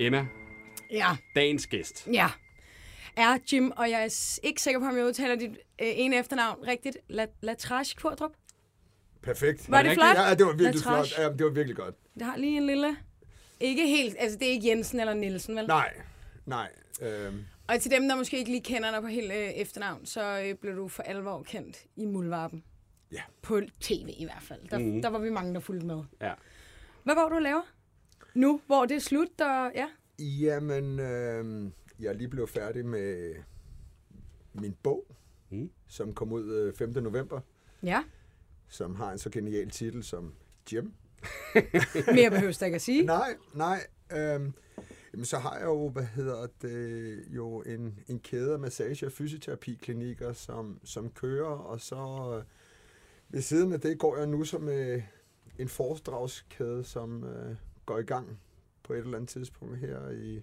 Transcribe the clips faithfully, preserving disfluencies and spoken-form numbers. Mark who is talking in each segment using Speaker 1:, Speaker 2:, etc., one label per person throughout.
Speaker 1: Emma,
Speaker 2: Ja.
Speaker 1: dagens gæst.
Speaker 2: Ja. Er Jim, og jeg er ikke sikker på, om jeg udtaler dit øh, ene efternavn rigtigt. La, Latrage Kordrup?
Speaker 3: Perfekt.
Speaker 2: Var det flot?
Speaker 3: Ja, det var virkelig
Speaker 2: Latrage.
Speaker 3: flot. Ja, det var virkelig godt.
Speaker 2: Det har lige en lille... Ikke helt... Altså, det er ikke Jensen eller Nielsen, vel?
Speaker 3: Nej, nej. Øhm.
Speaker 2: Og til dem, der måske ikke lige kender dig på helt øh, efternavn, så øh, blev du for alvor kendt i Muldvarpen.
Speaker 3: Ja.
Speaker 2: På tv i hvert fald. Der, mm. der var vi mange, der fulgte med.
Speaker 1: Ja.
Speaker 2: Hvad går du og laver? Nu, hvor det er slut, og ja?
Speaker 3: Jamen, øh, jeg er lige blevet færdig med min bog, mm. som kom ud øh, femte november.
Speaker 2: Ja.
Speaker 3: Som har en så genial titel som Jim.
Speaker 2: Mere behøves der ikke at sige.
Speaker 3: Nej, nej. Øh, jamen, så har jeg jo, hvad hedder det, jo en, en kæde af massage- og fysioterapiklinikker, som, som kører, og så øh, ved siden af det går jeg nu som øh, en foredragskæde, som øh, går i gang på et eller andet tidspunkt her i,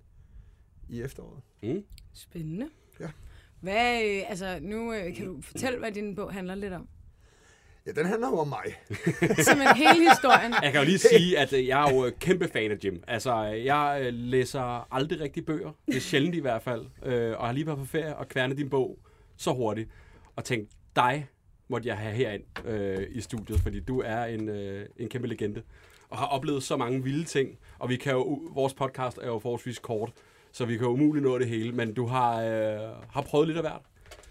Speaker 3: i efteråret.
Speaker 1: Mm.
Speaker 2: Spændende.
Speaker 3: Ja.
Speaker 2: Hvad, øh, altså, nu øh, kan du fortælle, hvad din bog handler lidt om?
Speaker 3: Ja, den handler jo om mig.
Speaker 2: Simpelthen hele historien.
Speaker 1: Jeg kan jo lige sige, at jeg er jo kæmpe fan af Jim. Altså, jeg læser aldrig rigtig bøger. Det er sjældent i hvert fald. Og har lige været på ferie og kværnet din bog så hurtigt. Og tænkt, dig måtte jeg have herind øh, i studiet, fordi du er en, øh, en kæmpe legende. Og har oplevet så mange vilde ting. Og vi kan jo, vores podcast er jo forholdsvis kort, så vi kan jo umuligt nå det hele. Men du har, øh, har prøvet lidt af hvert.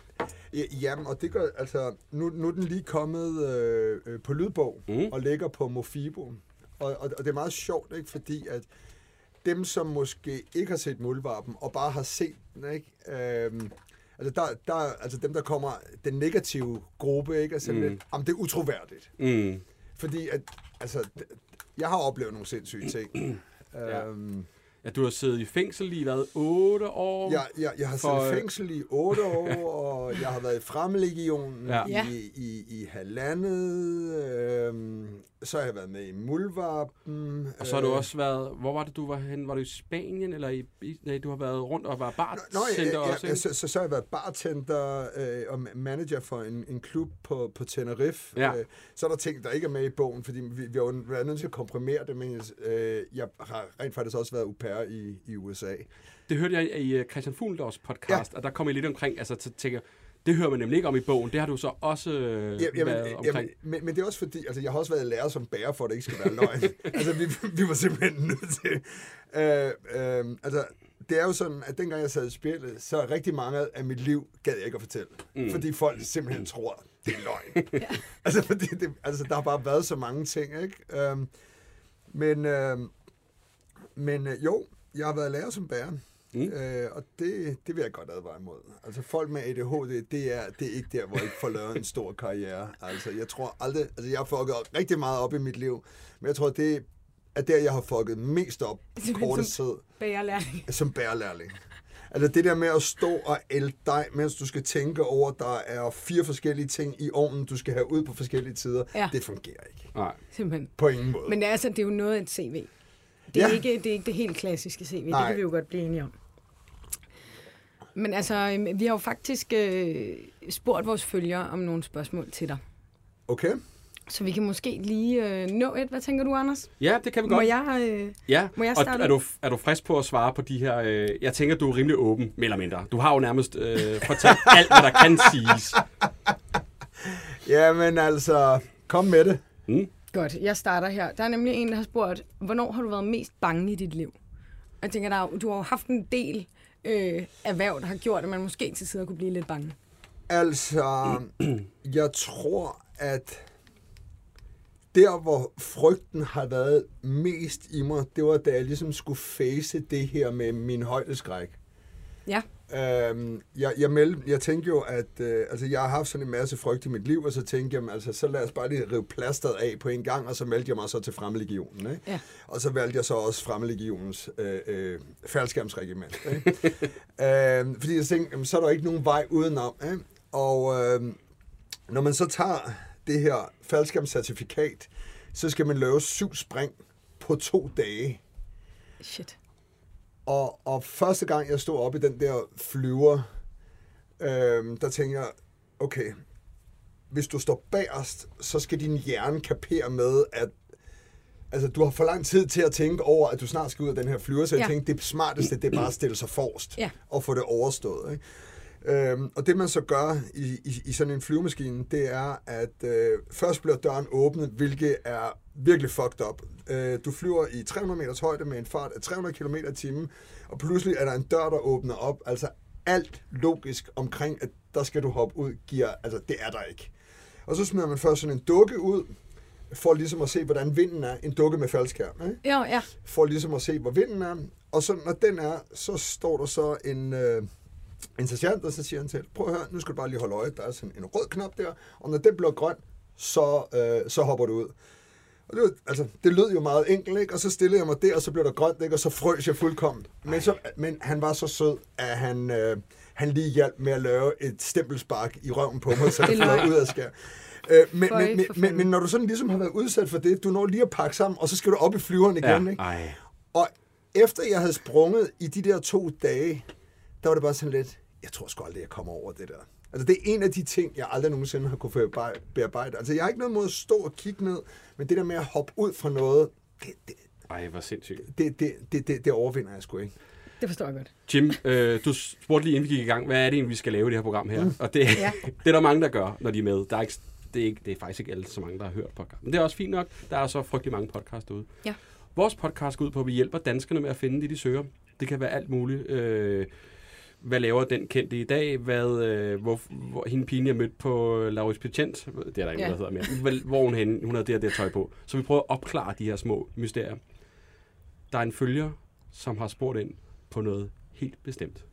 Speaker 3: Jamen, og det gør, altså, nu, nu er den lige kommet øh, på lydbog, mm. og ligger på Mofibo. Og, og, og det er meget sjovt, ikke, fordi at dem, som måske ikke har set Muldvarpen, og bare har set den, ikke, øh, altså, der, der, altså dem, der kommer, den negative gruppe, ikke, altså, mm. lidt, jamen, det er utroværdigt.
Speaker 1: Mm.
Speaker 3: Fordi, at, altså, jeg har oplevet nogle sindssyge ting.
Speaker 1: Ja.
Speaker 3: øhm,
Speaker 1: Ja, du har siddet i fængsel i, hvad, otte år?
Speaker 3: Ja, jeg, jeg har
Speaker 1: for...
Speaker 3: siddet i fængsel i otte år, og jeg har været i Fremmedlegionen
Speaker 1: ja.
Speaker 3: i, i, i halvandet. Øhm, så har jeg været med i Muldvarpen.
Speaker 1: Og så har du også været, hvor var det, du var hen? Var du i Spanien, eller i, i nej, du har været rundt og var bartender
Speaker 3: Nå, ja,
Speaker 1: også,
Speaker 3: ja, så, så, så har jeg været bartender øh, og manager for en, en klub på, på Tenerife.
Speaker 1: Ja.
Speaker 3: Øh, så er der ting, der ikke er med i bogen, fordi vi, vi har været nødt til at komprimere det, men øh, jeg har rent faktisk også været au pair i, i U S A.
Speaker 1: Det hørte jeg i Christian Fuglendorfs podcast, ja. Og der kom jeg lidt omkring, altså til tænker, det hører man nemlig ikke om i bogen, det har du så også øh, ja, jamen, været omkring.
Speaker 3: Jamen, men, men det er også fordi, altså jeg har også været lærer som bærer, for at det ikke skal være løgn. altså vi, vi var simpelthen nødt til. Øh, øh, altså det er jo sådan, at dengang jeg sad i spillet, så rigtig mange af mit liv gad jeg ikke at fortælle. Mm. Fordi folk simpelthen tror, det er løgn. ja. altså, fordi det, altså der har bare været så mange ting, ikke? Øh, men øh, men øh, jo, jeg har været lærer som bærer. Mm. Øh, og det, det vil jeg godt advare imod. Altså folk med A D H D, det er, det er ikke der, hvor jeg ikke får lavet en stor karriere. Altså jeg tror aldrig, altså jeg har fucket rigtig meget op i mit liv, men jeg tror, det er der, jeg har fucket mest op kortest tid.
Speaker 2: Bærerlærling.
Speaker 3: Som bærerlærling. Altså det der med at stå og ælde dig, mens du skal tænke over, at der er fire forskellige ting i ovnen, du skal have ud på forskellige tider, ja. Det fungerer ikke.
Speaker 1: Nej.
Speaker 2: Simpelthen.
Speaker 3: På ingen måde.
Speaker 2: Men det er, altså, det er jo noget af et C V. Det er, ja. ikke, det er ikke det helt klassiske C V, Nej. Det kan vi jo godt blive enige om. Men altså, vi har jo faktisk øh, spurgt vores følgere om nogle spørgsmål til dig.
Speaker 3: Okay.
Speaker 2: Så vi kan måske lige øh, nå et. Hvad tænker du, Anders?
Speaker 1: Ja, det kan vi godt.
Speaker 2: Må jeg, øh,
Speaker 1: ja.
Speaker 2: må jeg
Speaker 1: starte? Og er du, er du frisk på at svare på de her... Øh, jeg tænker, du er rimelig åben, mere eller mindre. Du har jo nærmest øh, fortalt alt, hvad der kan siges.
Speaker 3: Jamen altså, kom med det.
Speaker 1: Mm.
Speaker 2: Godt, jeg starter her. Der er nemlig en, der har spurgt, hvornår har du været mest bange i dit liv? Jeg tænker, der, du har jo haft en del øh, erhverv, der har gjort, at man måske til tider kunne blive lidt bange.
Speaker 3: Altså, jeg tror, at der, hvor frygten har været mest i mig, det var, da jeg ligesom skulle face det her med min højdeskræk.
Speaker 2: Ja.
Speaker 3: Øhm, jeg, jeg, meldte, jeg tænkte jo, at øh, altså, jeg har haft sådan en masse frygt i mit liv, og så tænkte jeg, altså, så lad os bare lige rive plasteret af på en gang, og så meldte jeg mig så til Fremmedlegionen. Ikke? Ja. Og så valgte jeg så også Fremmedlegionens øh, øh, faldskærmsregiment. Ikke? øhm, fordi jeg tænkte, jamen, så er der ikke nogen vej udenom. Ikke? Og øh, når man så tager det her faldskærmscertifikat, så skal man lave syv spring på to dage.
Speaker 2: Shit.
Speaker 3: Og, og første gang, jeg stod op i den der flyver, øhm, der tænker jeg, okay, hvis du står bagerst, så skal din hjerne kapere med, at, altså, du har for lang tid til at tænke over, at du snart skal ud af den her flyver, så jeg ja. tænkte, det smarteste, det er bare at stille sig forrest ja. og få det overstået. Ikke? Øhm, og det man så gør i, i, i sådan en flyvemaskine, det er, at øh, først bliver døren åbnet, hvilket er virkelig fucked up. Øh, du flyver i tre hundrede meters højde med en fart af tre hundrede kilometer i timen, og pludselig er der en dør, der åbner op. Altså alt logisk omkring, at der skal du hoppe ud, giver, altså det er der ikke. Og så smider man først sådan en dukke ud, for ligesom at se, hvordan vinden er. En dukke med faldskærm, ikke?
Speaker 2: Jo, ja.
Speaker 3: For ligesom at se, hvor vinden er. Og så når den er, så står der så en, øh, en sergeant, og så siger han til, prøv at høre, nu skal du bare lige holde øje. Der er sådan en rød knap der, og når den bliver grøn, så, øh, så hopper du ud. Og det, altså, det lød jo meget enkelt, ikke? Og så stillede jeg mig der, og så blev der grønt, ikke? Og så frøs jeg fuldkommen. Men, så, men han var så sød, at han, øh, han lige hjalp med at lave et stempelspark i røven på mig, så jeg fløj ud af skær. Øh, men, men, men, men, men når du sådan ligesom har været udsat for det, du når lige at pakke sammen, og så skal du op i flyveren igen, ja, ikke? Ej. Og efter jeg havde sprunget i de der to dage, der var det bare sådan lidt, jeg tror sgu aldrig, jeg kommer over det der. Altså, det er en af de ting, jeg aldrig nogensinde har kunne bearbejde. Altså, jeg har ikke noget mod at stå og kigge ned, men det der med at hoppe ud fra noget, det, det,
Speaker 1: Ej, hvor sindssygt.
Speaker 3: Det, det, det, det, det overvinder jeg sgu ikke.
Speaker 2: Det forstår jeg godt.
Speaker 1: Jim, øh, du spurgte lige inden vi gik i gang, hvad er det egentlig, vi skal lave i det her program her? Mm. Og det, ja. det er der mange, der gør, når de er med. Der er ikke, det, er ikke, det er faktisk ikke alle så mange, der har hørt podcast. Men det er også fint nok. Der er så frygtelig mange podcasts derude. Ja. Vores podcast går ud på, at vi hjælper danskerne med at finde det, de søger. Det kan være alt muligt. Øh, Hvad laver den kendte i dag? Hvad, øh, hvor, hvor hende pigen, jeg mødte på Laurits Petient, det er der ikke, ja. der hedder mere, hvor hun henne, hun havde det og det tøj på. Så vi prøver at opklare de her små mysterier. Der er en følger, som har spurgt ind på noget helt bestemt.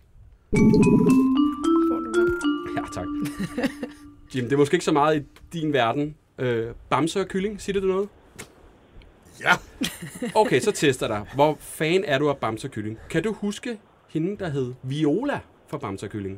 Speaker 1: Ja, tak. Jim, det er måske ikke så meget i din verden. Øh, bamse og kylling, siger det noget?
Speaker 3: Ja.
Speaker 1: Okay, så tester dig. Hvor fan er du af bamse og kylling? Kan du huske hende, der hed Viola fra Bamse og Kylling?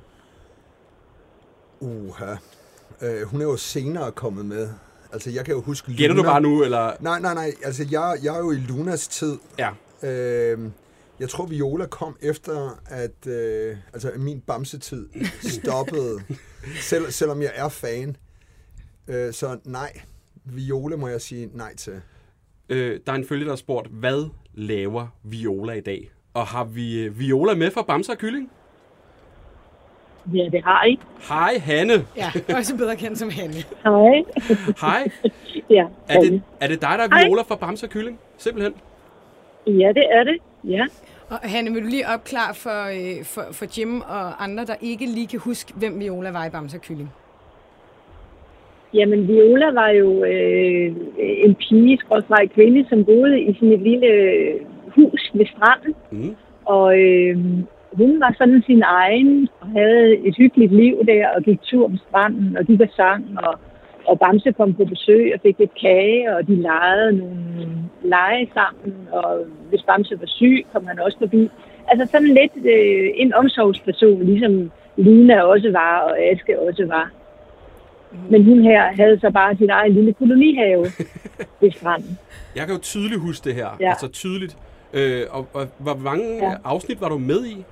Speaker 3: Uha. Øh, hun er jo senere kommet med. Altså, jeg kan jo huske Luna.
Speaker 1: Gætter du bare nu, eller?
Speaker 3: Nej, nej, nej. Altså, jeg, jeg er jo i Lunas tid.
Speaker 1: Ja.
Speaker 3: Øh, jeg tror, Viola kom efter, at øh, altså, min Bamse-tid stoppede. Selv, selvom jeg er fan. Øh, så nej. Viola må jeg sige nej til.
Speaker 1: Øh, der er en følge, der har spurgt, hvad laver Viola i dag? Og har vi Viola med fra Bamse og Kylling?
Speaker 4: Ja, det har I.
Speaker 1: Hej, Hanne.
Speaker 2: Ja, også bedre kendt som Hanne.
Speaker 4: Hej.
Speaker 1: Hej.
Speaker 4: Ja,
Speaker 1: er, det, er det dig, der er Viola fra Bamse og Kylling? Simpelthen.
Speaker 4: Ja, det er det. Ja.
Speaker 2: Og Hanne, vil du lige opklare for, øh, for, for Jim og andre, der ikke lige kan huske, hvem Viola var i Bamse og Kylling?
Speaker 4: Jamen, Viola var jo øh, en pige, skråstreg kvinde, som boede i sådan et lille hus ved stranden. Mm. Og øh, hun var sådan sin egen, og havde et hyggeligt liv der, og gik tur på stranden, og gik og sang, og, og Bamse kom på besøg og fik lidt kage, og de legede nogle lege sammen, og hvis Bamse var syg, kom han også forbi. Altså sådan lidt øh, en omsorgsperson, ligesom Luna også var, og Aske også var. Men hun her havde så bare sin egen lille kolonihave ved stranden.
Speaker 1: Jeg kan jo tydeligt huske det her.
Speaker 4: Ja.
Speaker 1: Altså tydeligt. Øh, og, og hvor mange ja. afsnit var du med i?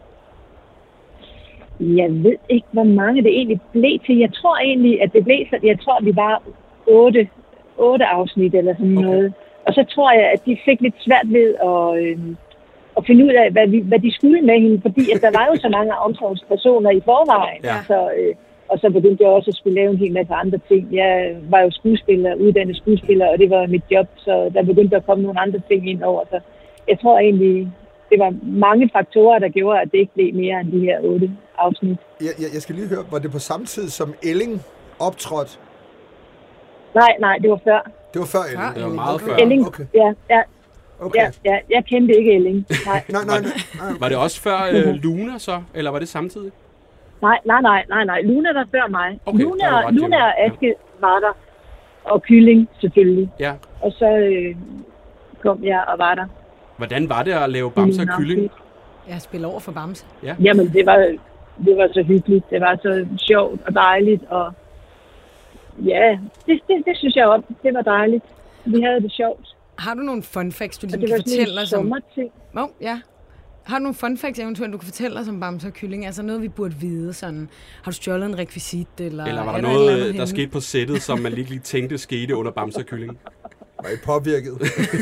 Speaker 4: Jeg ved ikke, hvor mange det egentlig blev til. Jeg tror egentlig, at det blev så... Jeg tror, vi var otte, otte afsnit eller sådan okay. noget. Og så tror jeg, at de fik lidt svært ved at, øh, at finde ud af, hvad, vi, hvad de skulle med hende. Fordi at der var jo så mange omsorgspersoner i forvejen. Ja. Så... Øh, Og så begyndte jeg også at skulle lave en hel masse andre ting. Jeg var jo skuespiller, uddannet skuespiller, og det var mit job, så der begyndte at komme nogle andre ting ind over. Så jeg tror egentlig, det var mange faktorer, der gjorde, at det ikke blev mere end de her otte afsnit.
Speaker 3: Jeg, jeg, jeg skal lige høre, var det på samme tid som Elling optrådte?
Speaker 4: Nej, nej, det var før.
Speaker 3: Det var før Elling?
Speaker 1: Det var meget
Speaker 3: okay.
Speaker 1: før.
Speaker 4: Elling,
Speaker 3: okay.
Speaker 4: ja, ja.
Speaker 3: Okay.
Speaker 4: Ja, ja, jeg kendte ikke Elling. Nej.
Speaker 3: nej, nej, nej,
Speaker 1: nej. Var det også før øh, Luna så, eller var det samtidig?
Speaker 4: Nej, nej, nej, nej, nej. Luna var før mig.
Speaker 1: Okay,
Speaker 4: Luna, ret, Luna og Aske ja. var der. Og Kylling, selvfølgelig.
Speaker 1: Ja.
Speaker 4: Og så øh, kom jeg og var der.
Speaker 1: Hvordan var det at lave Bamse og Kylling?
Speaker 2: Jeg spiller over for Bamse.
Speaker 1: Ja.
Speaker 4: Jamen, det var, det var så hyggeligt. Det var så sjovt og dejligt. Og ja, det, det, det synes jeg om. Det var dejligt. Vi havde det sjovt.
Speaker 2: Har du nogle fun facts, du ligesom kan fortælle os om?
Speaker 4: Åh,
Speaker 2: oh, ja. Har du nogle fun facts eventuelt, du kan fortælle os om Bamse og Kylling? Altså noget, vi burde vide sådan. Har du stjålet en rekvisit? Eller,
Speaker 1: eller var der noget, der, der skete på sættet, som man lige, lige tænkte skete under Bamse og Kylling?
Speaker 3: Var I påvirket?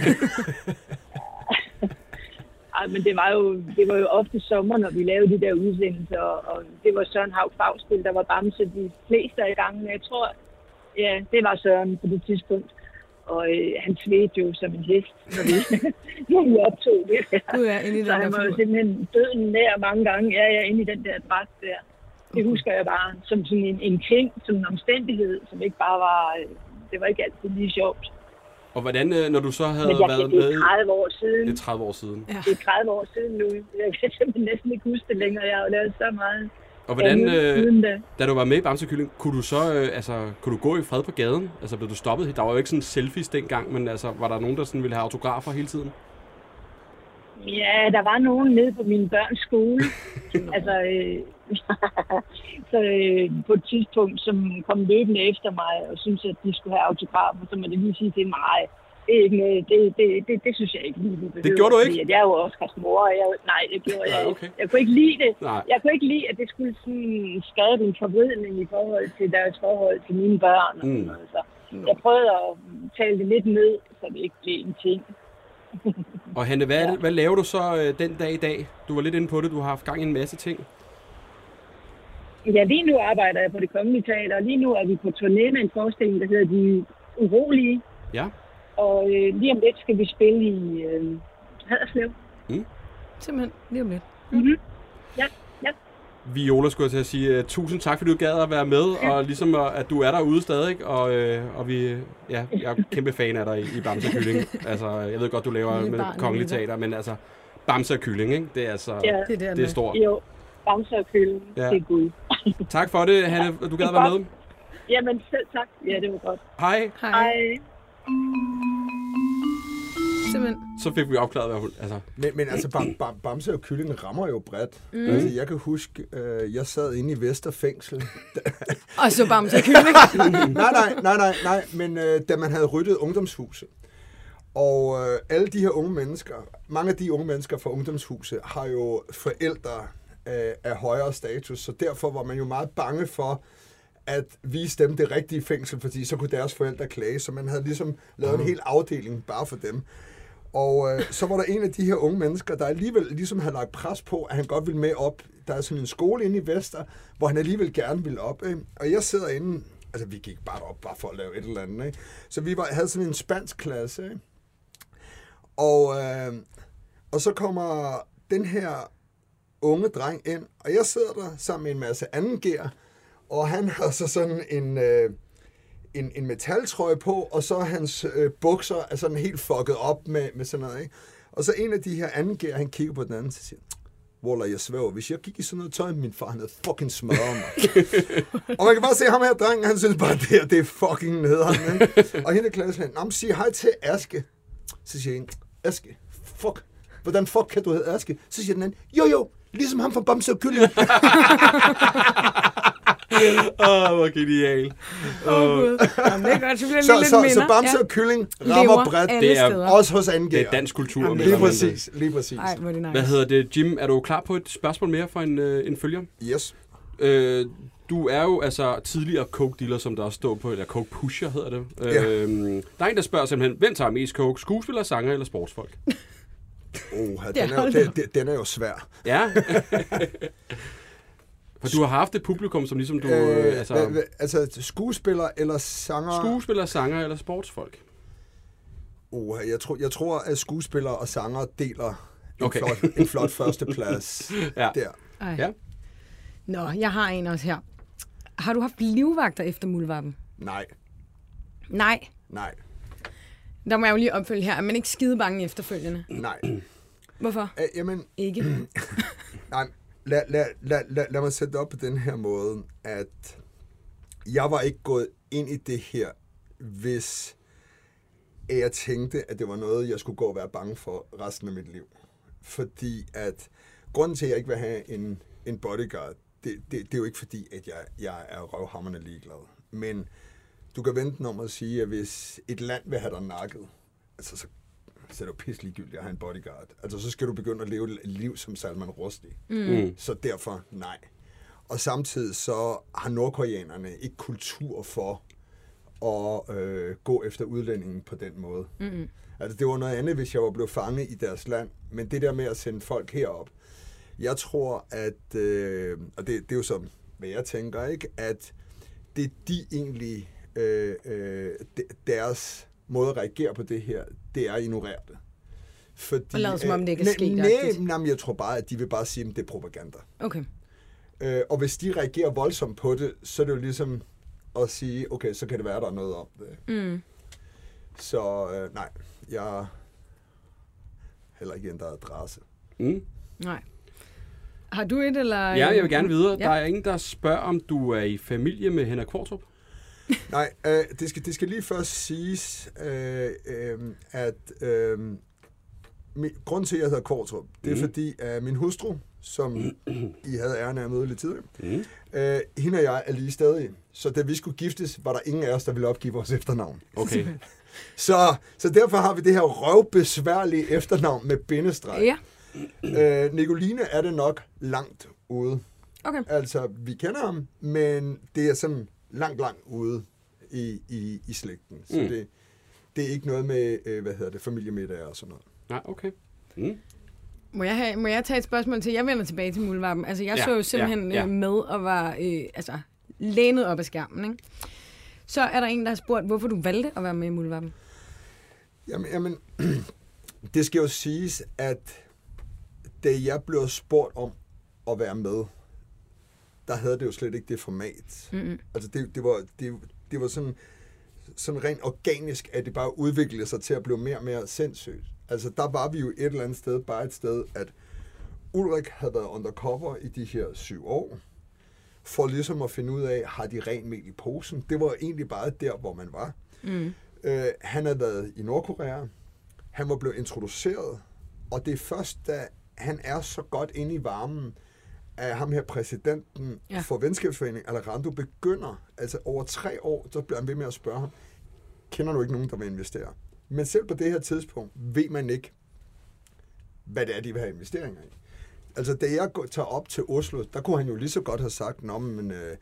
Speaker 4: Ej, men det var, jo, det var jo ofte sommer, når vi lavede de der udsendelser, og, og det var Søren Haug Fagstil, der var Bamse de fleste af gangen. Jeg tror, ja, det var Søren på det tidspunkt. Og øh, han svedte jo som en hest, når vi, når vi optog det.
Speaker 2: Gud, ja, inde i den
Speaker 4: så han var jo simpelthen døden nær mange gange. Ja, ja, inde i den der dragt der. Det husker jeg bare som sådan en, en ting, som en omstændighed, som ikke bare var... Øh, det var ikke altid lige sjovt.
Speaker 1: Og hvordan, når du så havde
Speaker 4: Men jeg,
Speaker 1: været
Speaker 4: det er
Speaker 1: med...
Speaker 4: tredive år siden.
Speaker 1: Det er tredive år siden.
Speaker 4: Ja. Det er tredive år siden nu. Jeg kan simpelthen næsten ikke huske det længere. Jeg har jo lavet så meget.
Speaker 1: Og hvordan, øh, da du var med i Bamse Kylling, kunne du så øh, altså, kunne du gå i fred på gaden? Altså blev du stoppet? Der var jo ikke sådan selfies dengang, men altså, var der nogen, der sådan ville have autografer hele tiden?
Speaker 4: Ja, der var nogen nede på min børns skole. altså, øh, så øh, på et tidspunkt, som kom løbende efter mig og syntes, at de skulle have autografer, så må det lige sige til mig. Det, er ikke noget, det, det, det, det synes jeg ikke lige, du behøver.
Speaker 1: Det gjorde du ikke?
Speaker 4: Fordi jeg er jo Oscars mor, og jeg, nej, det gjorde jeg
Speaker 1: ja,
Speaker 4: ikke.
Speaker 1: okay.
Speaker 4: Jeg kunne ikke lide det.
Speaker 1: Nej.
Speaker 4: Jeg kunne ikke lide, at det skulle sådan skabe en forvridning i forhold til deres forhold til mine børn. Og mm. noget, så jeg prøvede at tale det lidt ned, så det ikke blev en ting.
Speaker 1: Og Hanne, hvad,
Speaker 4: ja.
Speaker 1: hvad laver du så øh, den dag i dag? Du var lidt inde på det, du har haft gang i en masse ting.
Speaker 4: Ja, lige nu arbejder jeg på Det Kongelige Teater, og lige nu er vi på turné med en forestilling, der hedder De Urolige.
Speaker 1: Ja.
Speaker 4: Og øh, lige om lidt skal vi spille i øh, Haderslev.
Speaker 1: Mm.
Speaker 2: Simpelthen, lige om lidt.
Speaker 4: Mm-hmm. Ja, ja.
Speaker 1: Viola, skulle jeg til at sige, uh, tusind tak, fordi du gad at være med, ja. Og ligesom, uh, at du er derude stadig, og, uh, og vi, ja, jeg er kæmpe fan af dig i, i Bamse Kylling. Altså, jeg ved godt, du laver Lille med barn, Kongelige Teater, men altså, Bamse og Kylling, ikke? Det er altså,
Speaker 4: ja.
Speaker 2: det, er
Speaker 1: det er stort.
Speaker 4: Jo, Bamse og Kylling, ja. Det er Gud.
Speaker 1: Tak for det, Hanne, du gad at være med.
Speaker 4: Jamen, selv tak. Ja, det var godt.
Speaker 1: Hej.
Speaker 2: Hej.
Speaker 4: Hej.
Speaker 2: Simpelthen.
Speaker 1: Så fik vi opklaret, hvad hun... Altså.
Speaker 3: Men, men altså, bam, bam, Bamse og Kylling rammer jo bredt. Mm. Altså, jeg kan huske, øh, jeg sad inde i Vesterfængsel.
Speaker 2: Og så Bamse og Kylling.
Speaker 3: nej, nej, nej, nej, nej. Men øh, da man havde ryddet ungdomshuset, og øh, alle de her unge mennesker, mange af de unge mennesker fra ungdomshuset, har jo forældre øh, af højere status, så derfor var man jo meget bange for, at vise dem det rigtige fængsel, fordi så kunne deres forældre klage, så man havde ligesom lavet en hel afdeling bare for dem. Og øh, så var der en af de her unge mennesker, der alligevel ligesom havde lagt pres på, at han godt ville med op. Der er sådan en skole inde i Vester, hvor han alligevel gerne ville op. Ikke? Og jeg sidder inde, altså vi gik bare op bare for at lave et eller andet. Ikke? Så vi var, havde sådan en spansk klasse. Ikke? Og, øh, og så kommer den her unge dreng ind, og jeg sidder der sammen med en masse anden gear, og han har så sådan en, øh, en, en metaltrøje på, og så hans øh, bukser er sådan helt fucket op med, med sådan noget, ikke? Og så en af de her anden gear, han kigger på den anden, og siger, Waller, jeg svæver, hvis jeg gik i sådan noget tøj, min far, han havde fucking smadret mig. Og man kan bare se ham her, drengen, han synes bare, det her, det er fucking nederen, ikke? Og hende i klassen, han siger hej til Aske. Så siger han, Aske, fuck, hvordan fuck kan du hedde Aske? Så siger den anden, jo jo, ligesom ham fra Bamse og Kylling.
Speaker 1: Åh, oh, hvor genial.
Speaker 2: Åh, oh, Gud. Jamen, det er godt, så bliver det
Speaker 3: så,
Speaker 2: lidt
Speaker 3: så,
Speaker 2: minder.
Speaker 3: Så Bamse og Kylling rammer bredt.
Speaker 1: Det er
Speaker 3: også hos Anne.
Speaker 1: Det er dansk kultur.
Speaker 3: Jamen, lige præcis, lige præcis.
Speaker 2: Ej, hvor er det nice.
Speaker 1: Hvad hedder det, Jim? Er du klar på et spørgsmål mere fra en, øh, en følger?
Speaker 3: Yes.
Speaker 1: Øh, du er jo altså tidligere coke-dealer, som der også står på, eller coke-pusher hedder det.
Speaker 3: Ja.
Speaker 1: Øh, der er en, der spørger simpelthen, hvem tager mest coke? Skuespiller, sanger eller sportsfolk?
Speaker 3: Oh, den, er jo, den, den er jo svær.
Speaker 1: Ja. For du har haft et publikum, som ligesom du...
Speaker 3: Øh,
Speaker 1: altså,
Speaker 3: hva, hva, altså skuespiller eller sanger?
Speaker 1: Skuespiller, sanger eller sportsfolk?
Speaker 3: Oh, jeg, tror, jeg tror, at skuespillere og sanger deler en,
Speaker 1: okay.
Speaker 3: flot, en flot førsteplads
Speaker 1: ja.
Speaker 3: der.
Speaker 2: Ej.
Speaker 1: Ja.
Speaker 2: Nå, jeg har en også her. Har du haft livvagter efter muldvarpen?
Speaker 3: Nej.
Speaker 2: Nej.
Speaker 3: Nej.
Speaker 2: Der må jeg jo lige opfølge her. Er man ikke skide bange efterfølgende?
Speaker 3: Nej.
Speaker 2: Hvorfor?
Speaker 3: Æ, jamen...
Speaker 2: Ikke?
Speaker 3: Nej, lad, lad, lad, lad, lad mig sætte det op på den her måde, at jeg var ikke gået ind i det her, hvis jeg tænkte, at det var noget, jeg skulle gå og være bange for resten af mit liv. Fordi at grunden til, at jeg ikke vil have en, en bodyguard, det, det, det er jo ikke fordi, at jeg, jeg er røvhamrende ligeglad. Men du kan vente den om at sige, at hvis et land vil have dig nakket, altså så, så er det jo pisse ligegyldigt at have en bodyguard. Altså så skal du begynde at leve et liv som Salman Rushdie. Mm. Så derfor nej. Og samtidig så har nordkoreanerne ikke kultur for at øh, gå efter udlændingen på den måde.
Speaker 2: Mm-hmm.
Speaker 3: Altså, det var noget andet, hvis jeg var blevet fanget i deres land. Men det der med at sende folk herop, jeg tror, at, øh, og det, det er jo sådan, hvad jeg tænker, ikke, at det de egentlig, øh, øh, deres måde at reagere på det her, det er at ignorere det. Fordi,
Speaker 2: og lade som om det ikke er sket.
Speaker 3: Nej, nej, jeg tror bare, at de vil bare sige, at det er propaganda.
Speaker 2: Okay.
Speaker 3: Øh, og hvis de reagerer voldsomt på det, så er det jo ligesom at sige, okay, så kan det være, der er noget om det.
Speaker 2: Mm.
Speaker 3: Så øh, nej, jeg heller ikke en, der er adresse.
Speaker 1: Mm.
Speaker 2: Nej. Har du et, eller?
Speaker 1: Ja, jeg vil gerne videre.
Speaker 2: Ja.
Speaker 1: Der er ingen, der spørger, om du er i familie med Henrik Qvortrup.
Speaker 3: Nej, øh, det, skal, det skal lige først siges, øh, øh, at øh, min, grunden til, at jeg hedder Qvortrup, det er mm. fordi, at min hustru, som I havde æren af at møde lidt tidligere, mm. øh, hende og jeg er lige stadig. Så da vi skulle giftes, var der ingen af os, der ville opgive vores efternavn.
Speaker 1: Okay.
Speaker 3: så, så derfor har vi det her røvbesværlige efternavn med bindestreg.
Speaker 2: Ja.
Speaker 3: Øh, Nicoline er det nok langt ude.
Speaker 2: Okay.
Speaker 3: Altså, vi kender ham, men det er sådan langt, langt ude i, i, i slægten. Så mm. det, det er ikke noget med, øh, hvad hedder det, familiemiddag og sådan noget.
Speaker 1: Nej, okay. Mm.
Speaker 2: Må jeg, have, må jeg tage et spørgsmål til? Jeg vender tilbage til Muldvarpen. Altså, jeg ja, så jo simpelthen ja, ja. med og var øh, altså, lænet op af skærmen, ikke? Så er der en, der har spurgt, hvorfor du valgte at være med i Muldvarpen?
Speaker 3: Jamen, jamen det skal jo siges, at da jeg blev spurgt om at være med, der havde det jo slet ikke det format. Mm-hmm. Altså, det, det, var, det, det var sådan, sådan rent organisk, at det bare udviklede sig til at blive mere og mere sindssygt. Altså, der var vi jo et eller andet sted, bare et sted, at Ulrik havde været undercover i de her syv år, for ligesom at finde ud af, har de rent mel i posen? Det var egentlig bare der, hvor man var. Mm. Øh, han havde været i Nordkorea, han var blevet introduceret, og det er først, da han er så godt inde i varmen, at ham her præsidenten ja. for venskabsforeningen, Alejandro, begynder, altså over tre år, så bliver han ved med at spørge ham, kender du ikke nogen, der vil investere? Men selv på det her tidspunkt ved man ikke, hvad det er, de vil have investeringer i. Altså, da jeg tager op til Oslo, der kunne han jo lige så godt have sagt, nå, men øh,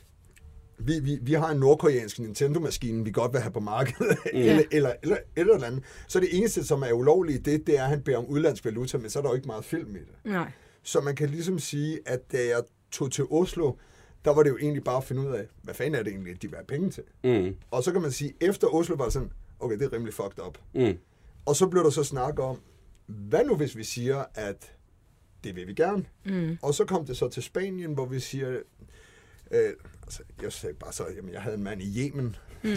Speaker 3: vi, vi, vi har en nordkoreansk Nintendo-maskine, vi godt vil have på markedet, ja. eller, eller, eller, eller eller andet. Så det eneste, som er ulovligt i det, det er, at han beder om udlandsk valuta, men så er der jo ikke meget film i det.
Speaker 2: Nej.
Speaker 3: Så man kan ligesom sige, at da jeg tog til Oslo, der var det jo egentlig bare at finde ud af, hvad fanden er det egentlig, de vil have penge til. Mm. Og så kan man sige, efter Oslo var det sådan, okay, det er rimelig fucked up. Mm. Og så blev der så snak om, hvad nu hvis vi siger, at det vil vi gerne. Mm. Og så kom det så til Spanien, hvor vi siger, øh, altså, jeg sagde bare så, jamen jeg havde en mand i Yemen, mm.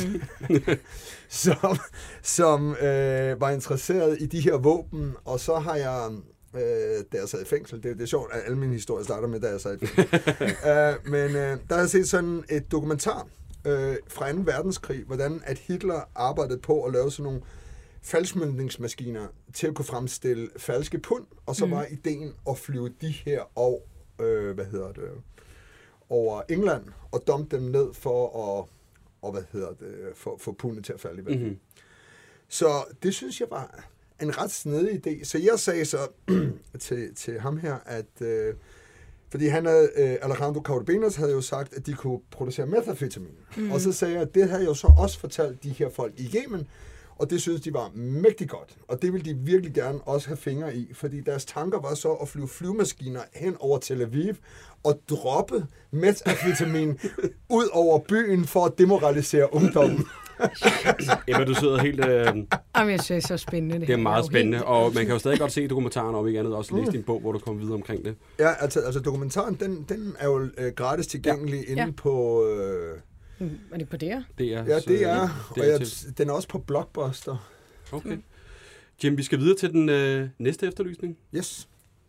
Speaker 3: som, som øh, var interesseret i de her våben, og så har jeg, øh, da jeg sad i fængsel, det, det er sjovt, at alle mine historier starter med, da jeg sad i fængsel, uh, men øh, der har jeg set sådan et dokumentar øh, fra anden verdenskrig, hvordan at Hitler arbejdede på at lave sådan nogle falskmøntningsmaskiner til at kunne fremstille falske pund, og så mm. var ideen at flyve de her og, øh, hvad hedder det, over England og dumpe dem ned for at, og hvad hedder det, for, for pundet til at falde i vandet. Mm-hmm. Så det synes jeg var en ret snedig idé. Så jeg sagde så til, til ham her, at øh, fordi han havde, øh, Alejandro Caudebenas havde jo sagt, at de kunne producere methamfetamin. Mm. Og så sagde jeg, at det havde jeg jo så også fortalt de her folk i Yemen, og det synes de var mægtig godt. Og det ville de virkelig gerne også have fingre i, fordi deres tanker var så at flyve flyvemaskiner hen over Tel Aviv og droppe methamfetamin ud over byen for at demoralisere ungdommen.
Speaker 1: Emma, du sidder helt... Øh...
Speaker 2: Jamen, jeg synes, det er så spændende. Det,
Speaker 1: det er meget spændende, helt... og man kan jo stadig godt se dokumentaren, om ikke andet også læse din bog, hvor du kommer videre omkring det.
Speaker 3: Ja, altså, altså dokumentaren, den, den er jo øh, gratis tilgængelig ja. inde ja. på... Øh...
Speaker 2: Er det på D R?
Speaker 1: D R
Speaker 3: ja, det er, og jeg, den er også på Blockbuster.
Speaker 1: Okay. Jim, vi skal videre til den øh, næste efterlysning.
Speaker 3: Yes.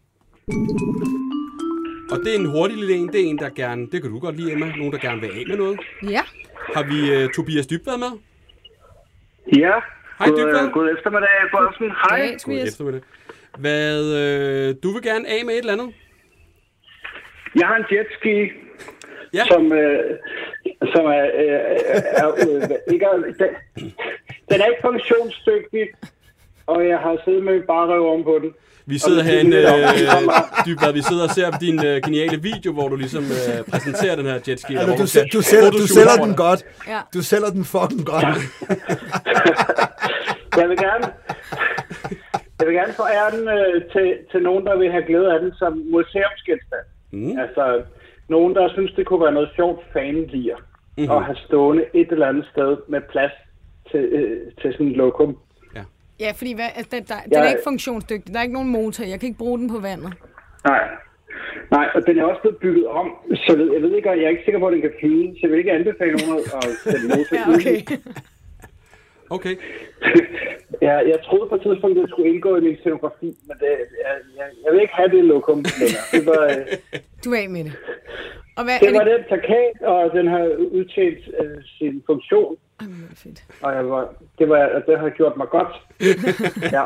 Speaker 1: Og det er en hurtig lille en. Det er en, der gerne... Det kan du godt lide, Emma. Nogen, der gerne vil af med noget.
Speaker 2: Ja.
Speaker 1: Har vi øh, Tobias Dybvad med?
Speaker 5: Ja.
Speaker 1: Hej, Dybvad.
Speaker 5: God eftermiddag, Børsen. Hej.
Speaker 2: Hej, Tobias.
Speaker 1: God eftermiddag. Hvad... Øh, du vil gerne af med et eller andet?
Speaker 5: Jeg har en jetski,
Speaker 1: ja.
Speaker 5: som... Øh, som er, øh, er øh, ikke er, den, den er ikke funktionsdygtig, og jeg har siddet med en barrøv om på den.
Speaker 1: Vi sidder herinde, øh, Dybvad, vi sidder og ser din øh, geniale video, hvor du ligesom øh, præsenterer den her jetski.
Speaker 3: Altså, du, du, du, sælger, du sælger den godt.
Speaker 2: Ja.
Speaker 3: Du sælger den fucking godt.
Speaker 5: jeg vil gerne, jeg vil gerne forære den øh, til, til nogen, der vil have glæde af den som museumsgenstand. Mm. Altså, nogen, der synes, det kunne være noget sjovt fanen liger. Mm-hmm. Og have stående et eller andet sted med plads til, øh, til sådan en lokum.
Speaker 2: Ja, fordi hvad, altså, der, der, den er ikke funktionsdygtig. Der er ikke nogen motor. Jeg kan ikke bruge den på vandet.
Speaker 5: Nej. Nej, og den er også blevet bygget om. Så jeg ved, jeg ved ikke, jeg er ikke sikker på, at den kan flyde. Så jeg vil ikke anbefale nogen at sætte motor.
Speaker 2: Ja, okay.
Speaker 1: Okay.
Speaker 5: ja, jeg troede på et tidspunkt, at det skulle indgå i min scenografi, men det, jeg, jeg, jeg vil ikke have det lokum længere. Det var, øh,
Speaker 2: du er af med det. Og hvad,
Speaker 5: det var
Speaker 2: det...
Speaker 5: den plakat, og den har udtjent øh, sin funktion.
Speaker 2: Jamen, det er fedt.
Speaker 5: Og jeg var, det, var, det har gjort mig godt. ja.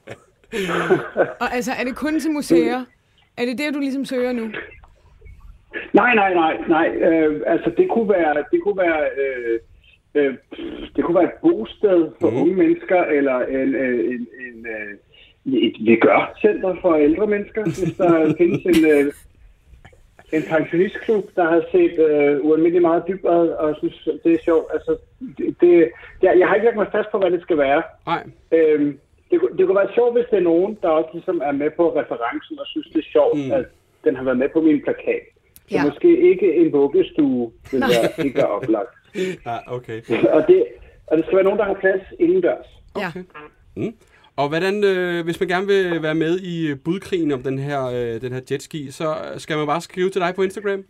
Speaker 2: Og altså, er det kun til museer? Er det det, du ligesom søger nu?
Speaker 5: Nej, nej, nej, nej. Øh, altså, det kunne være, det kunne være, øh, øh, det kunne være et bosted for mm. unge mennesker, eller en, en, en, en, et vigør-center for ældre mennesker, hvis der findes en... Øh, En pensionistklub, der har set øh, ualmindeligt meget Dybvad, og synes, det er sjovt. Altså, det, det, jeg, jeg har ikke lagt mig fast på, hvad det skal være.
Speaker 1: Nej.
Speaker 5: Øhm, det, det kunne være sjovt, hvis det er nogen, der også ligesom er med på referencen, og synes, det er sjovt, mm. at den har været med på min plakat. Så ja. Måske ikke en vuggestue, hvis jeg ikke er oplagt.
Speaker 1: Ja, okay.
Speaker 5: og, det, og det skal være nogen, der har plads indendørs.
Speaker 1: Okay. Mm. Og hvordan, øh, hvis man gerne vil være med i budkrigen om den her, øh, den her jetski, så skal man bare skrive til dig på Instagram?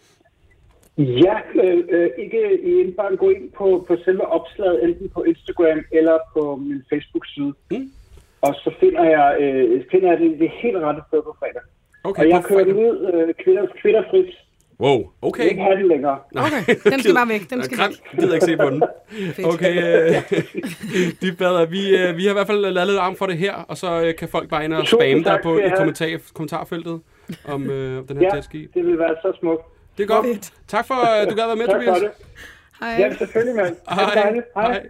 Speaker 5: Ja, øh, øh, ikke i bare gå ind på, på selve opslaget, enten på Instagram eller på min Facebook-side. Mm. Og så finder jeg, øh, finder jeg det, det helt rette sted på fredag. Okay, og jeg kører den ud øh, kvinder, kvitterfrit.
Speaker 1: Wow, okay.
Speaker 5: Jeg ikke have den længere.
Speaker 2: Okay, den skal bare væk. Den skal væk.
Speaker 1: Jeg gider ikke se på den. Okay, Dybvad, vi, vi har i hvert fald lavet lidt arm for det her, og så kan folk bare ind og spamme dig på i kommentar, kommentarfeltet om øh, den her
Speaker 5: ja,
Speaker 1: jetski.
Speaker 5: det vil være så smukt.
Speaker 1: Det er godt. Fedt. Tak for, at du gad være med, Tobias.
Speaker 5: Tak for det.
Speaker 2: Hej.
Speaker 5: Ja, selvfølgelig, mand.
Speaker 1: Hej. Hej.
Speaker 3: Hej.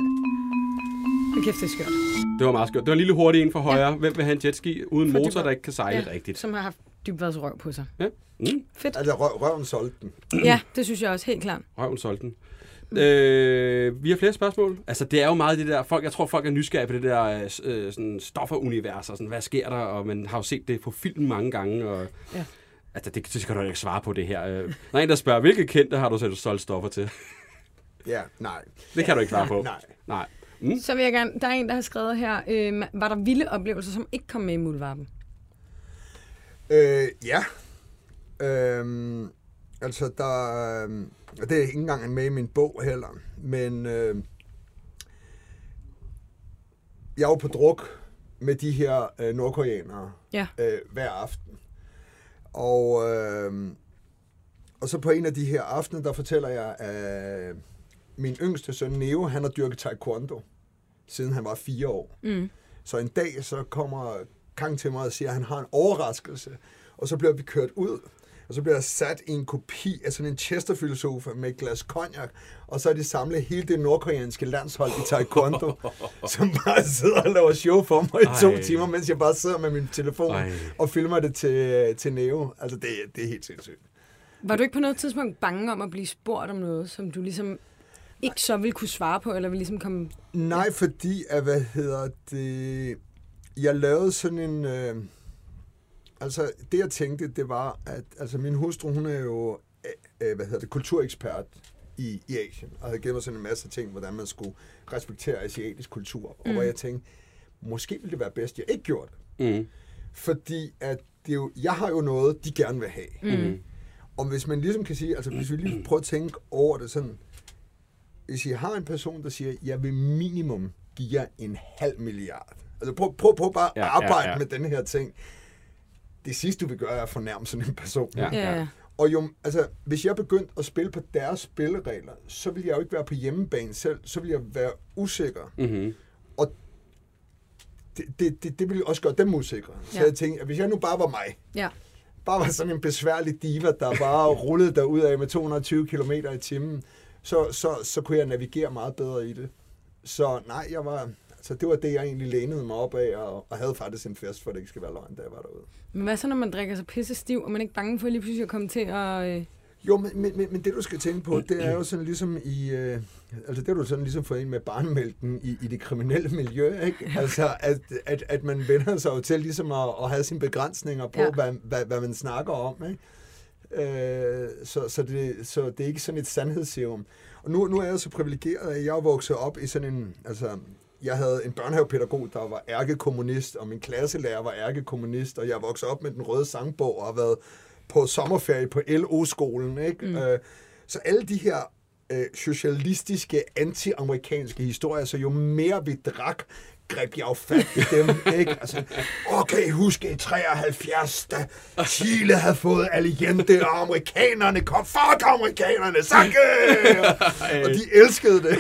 Speaker 2: Hvor kæft, det er skørt.
Speaker 1: Det var meget skørt. Det var en lille hurtig en for højre. Ja. Hvem vil have en jetski uden for motor, Dybvad, der ikke kan sejle
Speaker 2: ja,
Speaker 1: rigtigt?
Speaker 2: Som har haft Dybvads røv på sig.
Speaker 1: Ja. Mm.
Speaker 2: Fedt.
Speaker 3: Altså, røv, røven solgte den.
Speaker 2: Ja, det synes jeg også helt klart.
Speaker 1: Røven solgte den. Mm. Øh, vi har flere spørgsmål. Altså, det er jo meget det der... Folk, jeg tror, folk er nysgerrige på det der øh, sådan stofferunivers og sådan, hvad sker der? Og man har jo set det på film mange gange, og... Ja. Altså, det, det skal du ikke svare på det her. Der er en, der spørger, hvilke kendte har du selv solgt stoffer til?
Speaker 3: Ja, nej.
Speaker 1: Det kan du ikke svare på.
Speaker 3: Nej.
Speaker 1: Nej. Mm.
Speaker 2: Så vil jeg gerne... Der er en, der har skrevet her, øh, var der vilde oplevelser, som ikke kom med i Muldvarpen?
Speaker 3: Øh, ja. Øhm, altså, der... Øh, det er ikke engang med i min bog heller, men... Øh, jeg var på druk med de her øh, nordkoreanere
Speaker 2: ja.
Speaker 3: øh, hver aften. Og, øh, og så på en af de her aftener, der fortæller jeg, at min yngste søn Neo, han har dyrket taekwondo, siden han var fire år. Mm. Så en dag, så kommer Kang til mig og siger, at han har en overraskelse. Og så bliver vi kørt ud, og så bliver der sat i en kopi af sådan en Chesterfield-sofa med et glas cognac, og så er de samlet hele det nordkoreanske landshold i taekwondo, som bare sidder og laver show for mig i Ej. to timer, mens jeg bare sidder med min telefon Ej. og filmer det til, til Neo. Altså, det, det er helt sindssygt.
Speaker 2: Var du ikke på noget tidspunkt bange om at blive spurgt om noget, som du ligesom ikke så ville kunne svare på, eller ville ligesom komme...
Speaker 3: Nej, fordi, at, hvad hedder det... Jeg lavede sådan en... Øh, altså, det jeg tænkte, det var, at altså, min hustru, hun er jo, øh, hvad hedder det, kulturekspert i, i Asien, og havde givet mig sådan en masse ting, hvordan man skulle respektere asiatisk kultur, og mm. hvor jeg tænkte, måske ville det være bedst, jeg ikke gjorde det. Mm. Fordi, at det jo, jeg har jo noget, de gerne vil have. Mm. Og hvis man ligesom kan sige, altså hvis vi lige prøver at tænke over det sådan, hvis I har en person, der siger, jeg vil minimum give jer en halv milliard. Altså prøv, prøv, prøv bare at ja, arbejde ja, ja. med den her ting. Det sidste, du vil gøre, er at fornærme sådan en person.
Speaker 1: Ja, ja.
Speaker 3: Og jo, altså, hvis jeg begyndte at spille på deres spilleregler, så ville jeg jo ikke være på hjemmebane selv. Så ville jeg være usikker. Mm-hmm. Og det, det, det, det ville også gøre dem usikre. Så ja. jeg tænkte, at hvis jeg nu bare var mig, ja. bare var sådan en besværlig diva, der bare rullede derudad med to hundrede og tyve kilometer i timen, så, så, så kunne jeg navigere meget bedre i det. Så nej, jeg var... Så det var det, jeg egentlig lænede mig op af, og, og havde faktisk en fest, for det ikke skal være løgn, da jeg var derude.
Speaker 2: Men hvad så, når man drikker sig pisse stiv, og man ikke bange for lige pludselig at komme til at... Øh...
Speaker 3: Jo, men, men, men det, du skal tænke på, det er jo sådan ligesom i... Øh, altså, det er du sådan ligesom fået ind med barnemælken i, i det kriminelle miljø, ikke? Altså, at, at, at man vender sig jo til ligesom at, at have sine begrænsninger på, ja. hvad, hvad, hvad man snakker om, ikke? Øh, så, så, det, så det er ikke sådan et sandhedsserum. Og nu, nu er jeg så privilegeret, at jeg er vokset op i sådan en... Altså, jeg havde en børnehavepædagog, der var ærkekommunist, og min klasselærer var ærkekommunist, og jeg er vokset op med den røde sangbog og har været på sommerferie på L O-skolen, ikke? Mm. Øh, så alle de her øh, socialistiske, anti-amerikanske historier, så jo mere vi drak, greb jeg jo fat i dem, ikke? Altså, okay, husk i treoghalvfjerds, da Chile havde fået Allende, og amerikanerne kom, fuck amerikanerne, sakke! Og de elskede det.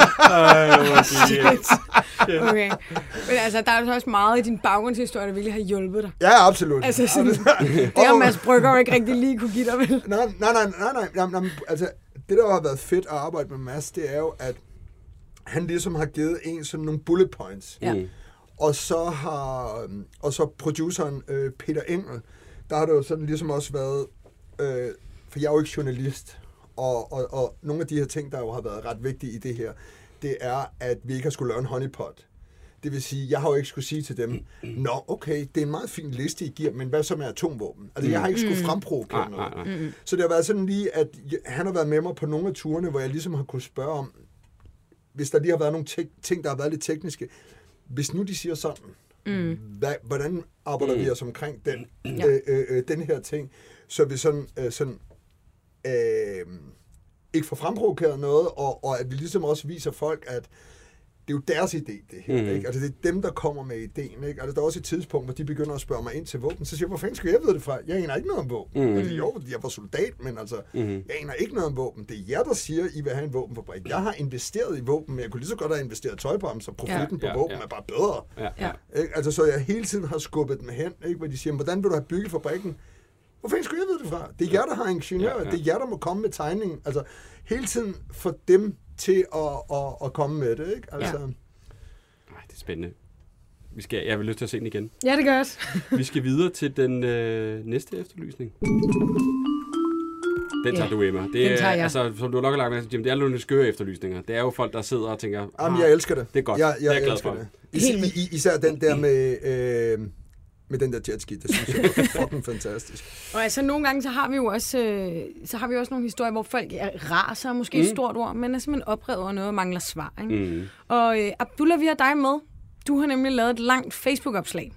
Speaker 2: Okay. Men altså, der er jo også meget i din baggrundshistorie, der virkelig har hjulpet dig.
Speaker 3: Ja, absolut.
Speaker 2: Altså, sådan, det har Mads Brygger jo ikke rigtig lige kunne give dig, vel?
Speaker 3: Nej, nej, nej, nej, nej, nej, altså, det der har været fedt at arbejde med Mads, det er jo, at han ligesom har givet en sådan nogle bullet points.
Speaker 2: Ja.
Speaker 3: Og så har og så produceren øh, Peter Engel, der har det jo sådan ligesom også været, øh, for jeg er jo ikke journalist, og, og, og nogle af de her ting, der jo har været ret vigtige i det her, det er, at vi ikke har skulle lave en honeypot. Det vil sige, jeg har jo ikke skulle sige til dem, nå, okay, det er en meget fin liste, I giver, men hvad så med atomvåben? Altså, jeg har ikke skulle fremprovokere noget. Mm. Mm. Så det har været sådan lige, at han har været med mig på nogle af turene, hvor jeg ligesom har kunne spørge om, hvis der lige har været nogle te- ting, der har været lidt tekniske, hvis nu de siger sådan, mm. hvad, hvordan arbejder mm. vi os omkring den, ja. øh, øh, den her ting, så vi sådan, øh, sådan øh, ikke får fremprovokeret noget, og, og at vi ligesom også viser folk, at det er jo deres idé, det her. Mm. Ikke? Altså, det er dem, der kommer med ideen. Ikke? Altså, der er også et tidspunkt, hvor de begynder at spørge mig ind til våben. Så siger jeg, hvor fanden skal jeg vide det fra? Jeg aner ikke noget om våben. Mm. Altså, jo, jeg var soldat, men altså, mm. jeg aner ikke noget om våben. Det er jer, der siger, I vil have en våbenfabrik. Jeg har investeret i våben, men jeg kunne lige så godt have investeret tøj på ham, så profitten ja. på våben ja, ja. er bare bedre. Ja. Ja. Ikke? Altså, så jeg hele tiden har skubbet dem hen, ikke? Hvor de siger, hvordan vil du have bygget fabrikken? Hvor fanden skal jeg vide det fra? Det er jer, der har ingeniører. Ja, ja. Det er jer, der må komme med tegningen. Altså, hele tiden få dem til at, at, at komme med det, ikke? Altså... Ja.
Speaker 1: Nej, det er spændende. Vi skal, jeg vil lyst til at se den igen.
Speaker 2: Ja, det gør også.
Speaker 1: Vi skal videre til den øh, næste efterlysning. Den tager ja, du, Emma. Det er, altså, som du har nok har lagt med, Jim, det er nogle skøre efterlysninger. Det er jo folk, der sidder og tænker...
Speaker 3: Jamen, jeg elsker det.
Speaker 1: Det er godt.
Speaker 3: Jeg, jeg,
Speaker 1: det er jeg glad
Speaker 3: for. Det. Is, i, især den der med... Øh, med den der jetski, det synes jeg er fucking fantastisk.
Speaker 2: Og altså, nogle gange, så har vi jo også, øh, så har vi også nogle historier, hvor folk er raser, måske mm. et stort ord, men er simpelthen oprevet over noget og mangler svar. Ikke? Mm. Og øh, Abdullah, vi har dig med. Du har nemlig lavet et langt Facebook-opslag.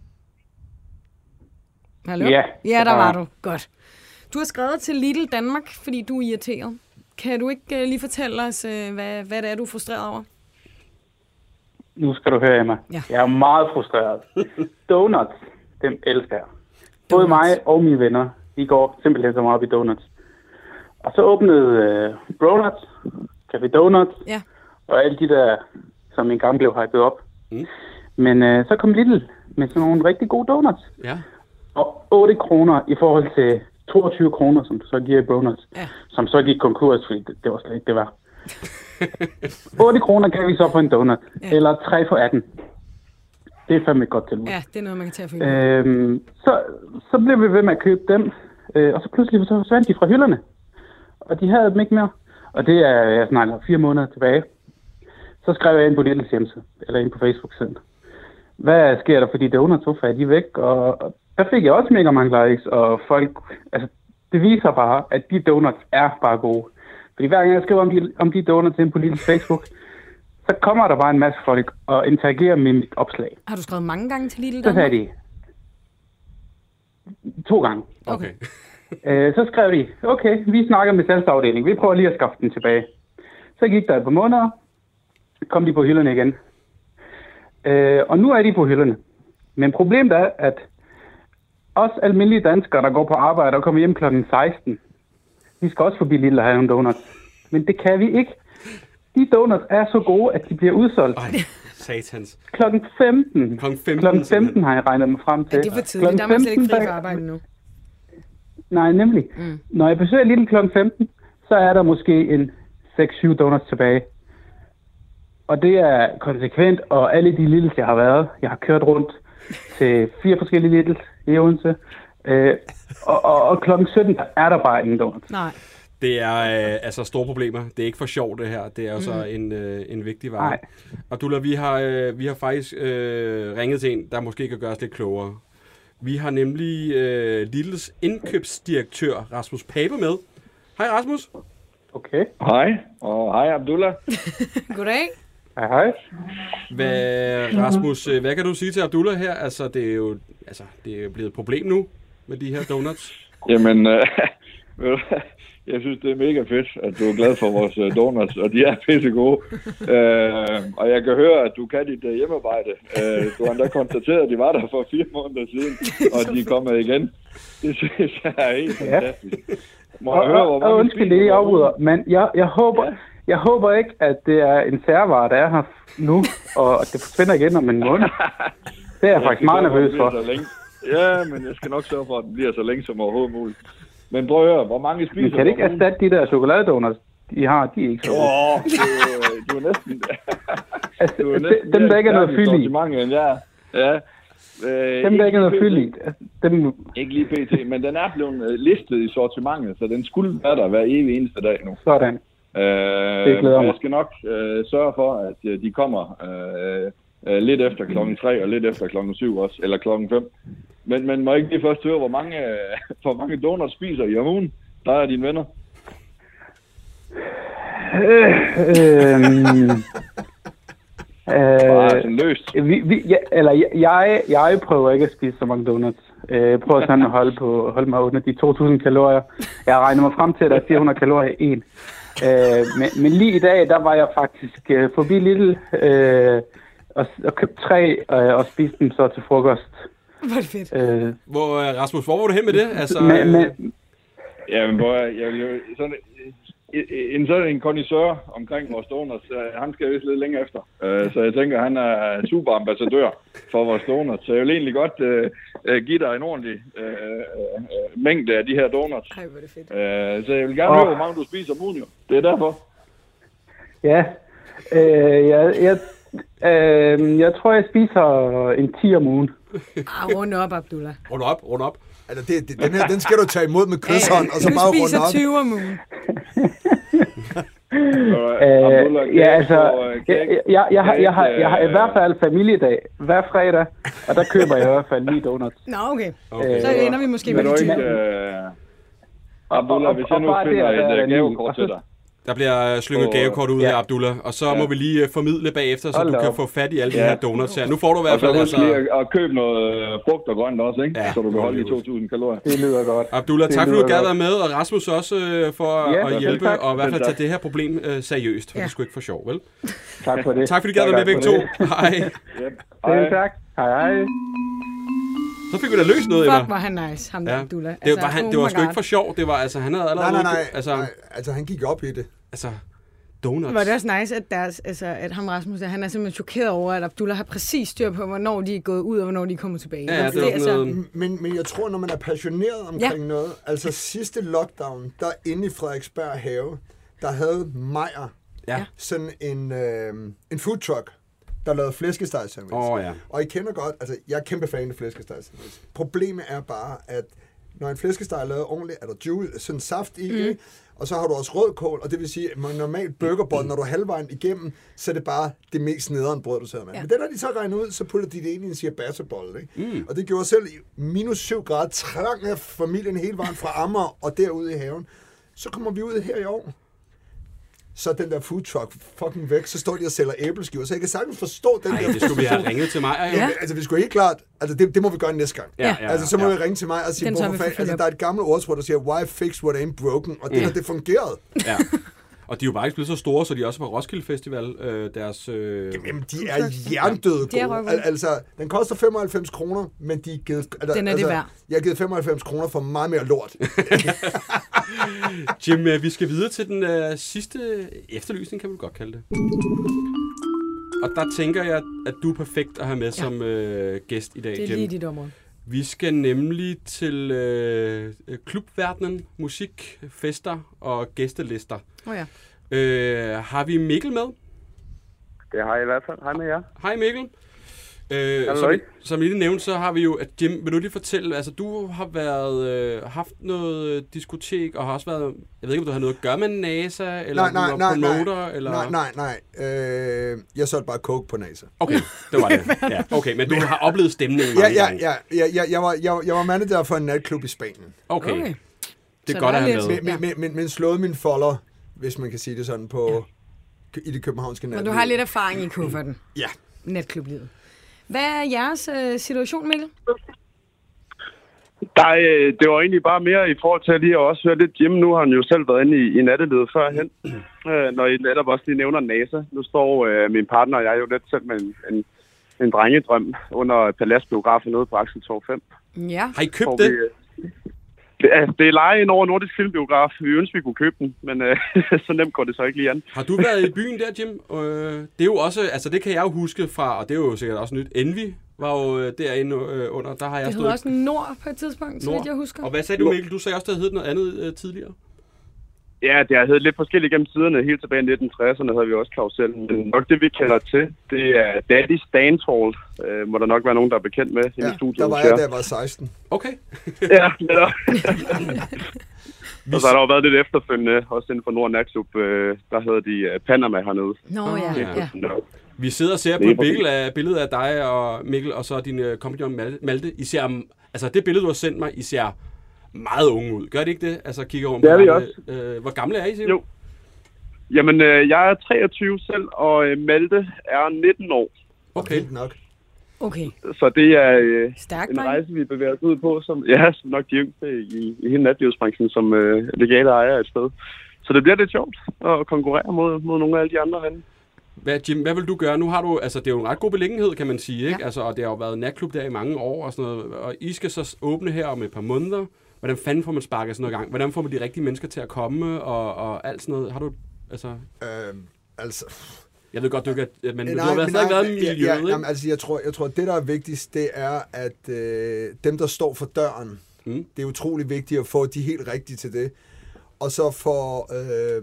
Speaker 2: Hallo?
Speaker 6: Ja.
Speaker 2: Ja, der var du. Godt. Du har skrevet til Lidl Danmark, fordi du er irriteret. Kan du ikke øh, lige fortælle os, øh, hvad, hvad det er, du er frustreret over?
Speaker 6: Nu skal du høre, Emma. Ja. Jeg er meget frustreret. Donuts, dem elsker jeg. Både donuts. Mig og mine venner, vi går simpelthen så meget op i donuts. Og så åbnede uh, Bronuts, Café Donuts,
Speaker 2: ja.
Speaker 6: og alle de der, som engang blev hypet op. Mm. Men uh, så kom Lidl med sådan nogle rigtig gode donuts.
Speaker 1: Ja.
Speaker 6: Og otte kroner i forhold til toogtyve kroner, som du så giver i Bronuts. Ja. Som så gik konkurs, fordi det, det var slet ikke det var. otte kroner kan vi så på en donut. Ja. Eller tre for atten. Det er fandme et godt tilbud.
Speaker 2: Ja, det er noget, man kan tage at følge.
Speaker 6: Øhm, så, så blev vi ved med at købe dem. Øh, og så pludselig så forsvandt de fra hylderne. Og de havde dem ikke mere. Og det er, jeg snakker fire måneder tilbage. Så skrev jeg ind på Lidls hjemmeside. Eller ind på Facebook-siden. Hvad sker der for de donuts? Hvorfor er de væk? Og, og der fik jeg også mega mange likes. Og folk... Altså, det viser bare, at de donuts er bare gode. Fordi hver gang jeg skriver om de, om de donuts ind på Lidls Facebook, så kommer der bare en masse folk og interagerer med mit opslag.
Speaker 2: Har du skrevet mange gange til Lidl?
Speaker 6: Så sagde de to gange.
Speaker 1: Okay.
Speaker 6: øh, så skrev de, okay, vi snakker med salgsafdelingen. Vi prøver lige at skaffe den tilbage. Så gik der et par måneder. Så kom de på hylderne igen. Øh, og nu er de på hylderne. Men problemet er, at os almindelige danskere, der går på arbejde og kommer hjem klokken seksten, vi skal også forbi Lidl og have nogle donuts. Men det kan vi ikke. De donuts er så gode, at de bliver udsolgt.
Speaker 1: Ej, satans.
Speaker 6: Klokken femten.
Speaker 1: Klokken femten,
Speaker 6: klokken femten har jeg regnet mig frem til.
Speaker 2: Ja, det er for tidligt. Der er man slet ikke fri for arbejde nu.
Speaker 6: Nej, nemlig. Mm. Når jeg besøger Lidl klokken femten, så er der måske en seks syv donuts tilbage. og det er konsekvent, og alle de Lidls, jeg har været, jeg har kørt rundt til fire forskellige Lidls i Odense, øh, og, og, og klokken sytten er der bare ingen donut.
Speaker 2: Nej.
Speaker 1: Det er øh, altså store problemer. Det er ikke for sjovt, det her. Det er jo så mm. en, øh, en vigtig vare.
Speaker 6: Nej.
Speaker 1: Og Dula, vi har, øh, vi har faktisk øh, ringet til en, der måske kan gøre os lidt klogere. Vi har nemlig øh, Lidls indkøbsdirektør Rasmus Pape med. Hej Rasmus.
Speaker 6: Okay.
Speaker 7: Hej, og hej Abdullah.
Speaker 2: Goddag.
Speaker 6: Hej, hej.
Speaker 1: Hvad, Rasmus, hvad kan du sige til Abdullah her? Altså, det er jo altså, det er jo blevet et problem nu med de her donuts.
Speaker 7: Jamen, øh, jeg synes, det er mega fedt, at du er glad for vores uh, donuts, og de er pisse gode. Uh, og jeg kan høre, at du kan dit uh, hjemmearbejde. Uh, du har endda konstateret, at de var der for fire måneder siden, og de er kommet igen. Det synes jeg er helt ja. fantastisk. Må
Speaker 6: og,
Speaker 7: jeg høre, hvor mange
Speaker 6: og undskyld, det er afbryder, men jeg, jeg, håber, ja. jeg håber ikke, at det er en særvare, der er her nu, og at det forsvinder igen om en måned. Det er jeg, jeg faktisk meget nervøs for.
Speaker 7: Ja, men jeg skal nok sørge for, at den bliver så længe som overhovedet muligt. Men prøv at høre, hvor mange spiser du?
Speaker 6: Kan det ikke erstatte de der chokoladedonuts, de har? De er ikke så gode.
Speaker 7: Åh, du, du er næsten...
Speaker 6: altså, du er næsten dem, der ikke er noget fyld i.
Speaker 7: Ja, ja. Øh,
Speaker 6: dem, der ikke er noget fyld i. Dem...
Speaker 7: Ikke lige pt, men den er blevet listet i sortimentet, så den skulle være der hver evig eneste dag nu.
Speaker 6: Sådan.
Speaker 7: Øh, det glæder mig. Jeg skal nok øh, sørge for, at øh, de kommer øh, øh, lidt efter klokken tre og lidt efter klokken syv også, eller klokken fem. Men, men må jeg ikke lige først høre, hvor mange, øh, hvor mange donuts spiser I om ugen? Der er dine venner.
Speaker 6: Øh, øh,
Speaker 7: øh, sådan løst.
Speaker 6: Vi, vi, ja, eller jeg, jeg prøver ikke at spise så mange donuts. Jeg prøver sådan at holde, på, holde mig under de to tusind kalorier. Jeg regner mig frem til, at der er fire hundrede kalorier i en. Øh, men, men lige i dag, der var jeg faktisk øh, forbi Lidl øh, og, og købte tre øh, og spiste dem så til frokost.
Speaker 2: Hvor er det fedt.
Speaker 6: Øh,
Speaker 1: hvor, Rasmus, hvor var du hen med det? Altså,
Speaker 6: men, men,
Speaker 7: ja, men hvor jeg vil jo... Sådan, en sådan en connoisseur omkring vores donuts, han skal vist lidt længere efter. Uh, så jeg tænker, han er superambassadør for vores donuts. Så jeg vil egentlig godt uh, give dig en ordentlig uh, uh, mængde af de her donuts.
Speaker 2: Ej, hvor er det fedt.
Speaker 7: Uh, så jeg vil gerne oh. høre, hvor mange du spiser om ugen, jo. Det er derfor.
Speaker 6: Ja, øh, jeg, jeg, øh, jeg tror, jeg spiser en ti om ugen.
Speaker 2: Ah, rund op, Abdullah.
Speaker 1: Rund op, rund op.
Speaker 3: Altså, det, det, den her, den skal du tage imod med kysshånd, og så bare runde op.
Speaker 2: Du spiser tyve om ugen.
Speaker 6: øh, ja, altså, jeg, jeg, jeg, har, jeg, har, jeg har i hvert fald familiedag hver fredag, og der køber jeg i hvert fald lige donuts.
Speaker 2: Nå, okay. okay. Så ender vi måske med
Speaker 7: de
Speaker 2: tyve.
Speaker 7: Abdullah, hvis jeg nu finder et gavekort til dig.
Speaker 1: Der bliver slynget oh, gavekort ud ja. af Abdullah, og så ja. må vi lige uh, formidle bagefter, så Hold du kan op. få fat i alle de ja. her donuts her. Nu får du i hvert fald...
Speaker 7: Og så altså... lige at købe noget frugt og grønt også, ikke? Ja. Så du kan holde de to tusind kalorier.
Speaker 6: Det lyder godt.
Speaker 1: Abdullah, tak fordi du gad være med, og Rasmus også uh, for ja, at hjælpe, tak. og i hvert fald tage det her problem uh, seriøst, for ja. det er sgu ikke for sjov, vel?
Speaker 6: Tak for det.
Speaker 1: Tak fordi du gad være med begge to. Hej.
Speaker 6: Hej. Tak. Hej, hej.
Speaker 1: Så fik vi da løst noget, Emma.
Speaker 2: Fuck, var han nice, ham der, Abdullah.
Speaker 1: Altså, det var, han, oh det var sgu ikke for sjov, det var, altså, han havde allerede...
Speaker 3: Nej, nej, nej,
Speaker 1: altså,
Speaker 3: nej, altså, han gik op i det.
Speaker 1: Altså, donuts.
Speaker 2: Var det også nice, at, deres, altså, at ham Rasmus, han er simpelthen chokeret over, at Abdullah har præcis styr på, hvornår de er gået ud, og hvornår de er kommet tilbage.
Speaker 1: Ja, ja, det det, altså...
Speaker 3: noget... men, men jeg tror, når man er passioneret omkring ja. noget, altså sidste lockdown, der inde i Frederiksberg Have, der havde Meier ja. sådan en, øh, en food truck, der lavede flæskestegsandwich.
Speaker 1: Oh, ja.
Speaker 3: Og I kender godt, altså jeg er kæmpe fan af flæskestegsandwich. Problemet er bare, at når en flæskesteg er lavet ordentligt, er der juice, sådan saft i, mm. og så har du også rødkål, og det vil sige, at man normalt burgerbrød, når du er halvvejen igennem, så er det bare det mest nederen brød, du sidder med. Ja. Men den har de så regnet ud, så putter de det ind i en ciabattebolle, ikke? Mm. Og det gjorde selv i minus syv grader, trang af familien hele vejen fra Amager og derud i haven. Så kommer vi ud her i år. Så den der food truck fucking væk, så står de og sælger æbleskiver. Så jeg kan sagtens forstå den
Speaker 1: Ej,
Speaker 3: der...
Speaker 1: det skulle vi have ringet til mig. Ja.
Speaker 3: Ja. Altså, vi skulle helt klart... Altså, det, det må vi gøre næste gang.
Speaker 1: Ja, ja,
Speaker 3: altså, så må
Speaker 1: ja.
Speaker 3: vi ringe til mig og sige, hvorfor fanden... Altså, der er et gammelt ordsprog, der siger, why fix what ain't broken? Og det har mm. det fungeret.
Speaker 1: Ja. Og de er jo bare ikke blevet så store, så de er også på Roskilde Festival. Øh, deres, øh...
Speaker 3: Jamen, de er jerndøde gode. Er Al- altså, den koster femoghalvfems kroner, men de er givet... Altså,
Speaker 2: den er det værd.
Speaker 3: Jeg har givet femoghalvfems kroner for meget mere lort.
Speaker 1: Jim, vi skal videre til den øh, sidste efterlysning, kan man godt kalde det. Og der tænker jeg, at du er perfekt at have med ja. som øh, gæst i dag, Jim.
Speaker 2: Det er lige dit område.
Speaker 1: Vi skal nemlig til øh, klubverdenen, musik, fester og gæstelister.
Speaker 2: Oh ja.
Speaker 1: øh, har vi Mikkel med?
Speaker 8: Det har jeg i hvert fald. Hej med jer.
Speaker 1: Hej Mikkel. Øh, som, som I lige nævnte, så har vi jo, at Jim, vil du lige fortælle, altså du har været, øh, haft noget diskotek, og har også været, jeg ved ikke, om du har noget at gøre med NASA, eller
Speaker 3: nej, nej,
Speaker 1: du
Speaker 3: nej,
Speaker 1: promoter,
Speaker 3: nej,
Speaker 1: eller?
Speaker 3: Nej, nej, nej. Øh, jeg solgte bare coke på NASA.
Speaker 1: Okay, det var det. Ja, okay, men du har oplevet stemningen
Speaker 3: ja,
Speaker 1: mange
Speaker 3: ja,
Speaker 1: gange.
Speaker 3: ja, ja, ja, jeg var, jeg, jeg var manager for en natklub i Spanien.
Speaker 1: Okay, okay. Det er
Speaker 2: så
Speaker 1: godt at have
Speaker 3: med. Men, men, men, men slået min folder, hvis man kan sige det sådan, på, ja. i det københavnske natliv.
Speaker 2: Men du har lidt erfaring i kufferten.
Speaker 3: Ja.
Speaker 2: Natklublivet. Hvad er jeres øh, situation, Mikkel?
Speaker 8: Der, øh, det var egentlig bare mere i forhold til at lige også høre lidt. Jim, nu har han jo selv været inde i, i nattelivet førhen. øh, når I netop også lige nævner NASA. Nu står øh, min partner og jeg jo lidt selv med en, en, en drengedrøm under Paladsbiografen nede på Axeltorv fem.
Speaker 2: Ja.
Speaker 1: Har I købt det?
Speaker 8: Vi, det, er, det er leje ind over Nordisk Filmbiograf. Vi ønsker, vi kunne købe den, men øh, så nemt går det så ikke lige an.
Speaker 1: Har du været i byen der, Jim? Øh, det er jo også, altså det kan jeg jo huske fra, og det er jo sikkert også nyt, Envy var jo derinde øh, under, der har jeg
Speaker 2: det
Speaker 1: stået...
Speaker 2: Det hedder også Nord på et tidspunkt, så vidt jeg husker.
Speaker 1: Og hvad sagde du, Mikkel? Du sagde også, der hed noget andet øh, tidligere.
Speaker 8: Ja, det har heddet lidt forskelligt gennem tiderne. Helt tilbage i nitten tresserne havde vi også Klausel. Men nok det, vi kender til, det er Daddy's Dance Hall. Øh, må der nok være nogen, der er bekendt med
Speaker 3: ja,
Speaker 8: i studiet.
Speaker 3: Der var jeg, da jeg var seksten.
Speaker 1: Okay.
Speaker 8: Ja, netop. Og så har der jo været lidt efterfølgende, også inden for Nord Natklub, øh, der hedder de uh, Panama hernede.
Speaker 2: Nå ja, ja. ja.
Speaker 1: Vi sidder og ser på et billede af, billede af dig og Mikkel, og så din uh, kompagnon Malte. I ser, altså det billede, du har sendt mig, I ser meget unge ud. Gør det ikke det? Altså kigger over på
Speaker 8: det er vi også.
Speaker 1: Øh, hvor gamle er I, siger
Speaker 8: du? Jo. Jamen, øh, jeg er treogtyve selv, og øh, Malte er nitten år.
Speaker 1: Okay.
Speaker 3: nok.
Speaker 2: Okay.
Speaker 8: Så det er øh,
Speaker 2: Stærk,
Speaker 8: en rejse, vi bevæger os ud på, som, ja, som nok de yngste i, i hele natlivsbranchen, som øh, legale ejer et sted. Så det bliver lidt sjovt at konkurrere mod, mod nogle af alle de andre herinde.
Speaker 1: Hvad, Jim, hvad vil du gøre? Nu har du, altså det er jo en ret god beliggenhed, kan man sige, ikke?
Speaker 2: Ja.
Speaker 1: Altså, og det har jo været natklub der i mange år og sådan noget, og I skal så åbne her om et par måneder. Hvordan fanden får man sparket sådan noget i gang? Hvordan får man de rigtige mennesker til at komme og, og alt sådan noget? Har du, altså...
Speaker 3: Øhm, altså...
Speaker 1: Jeg ved godt, du ikke er, men
Speaker 3: nej,
Speaker 1: du har været,
Speaker 3: nej,
Speaker 1: været i miljøet,
Speaker 3: ja, ja,
Speaker 1: ikke?
Speaker 3: jamen, altså, jeg tror, jeg tror, det, der er vigtigst, det er, at øh, dem, der står for døren, mm. det er utrolig vigtigt at få de helt rigtige til det. Og så få øh,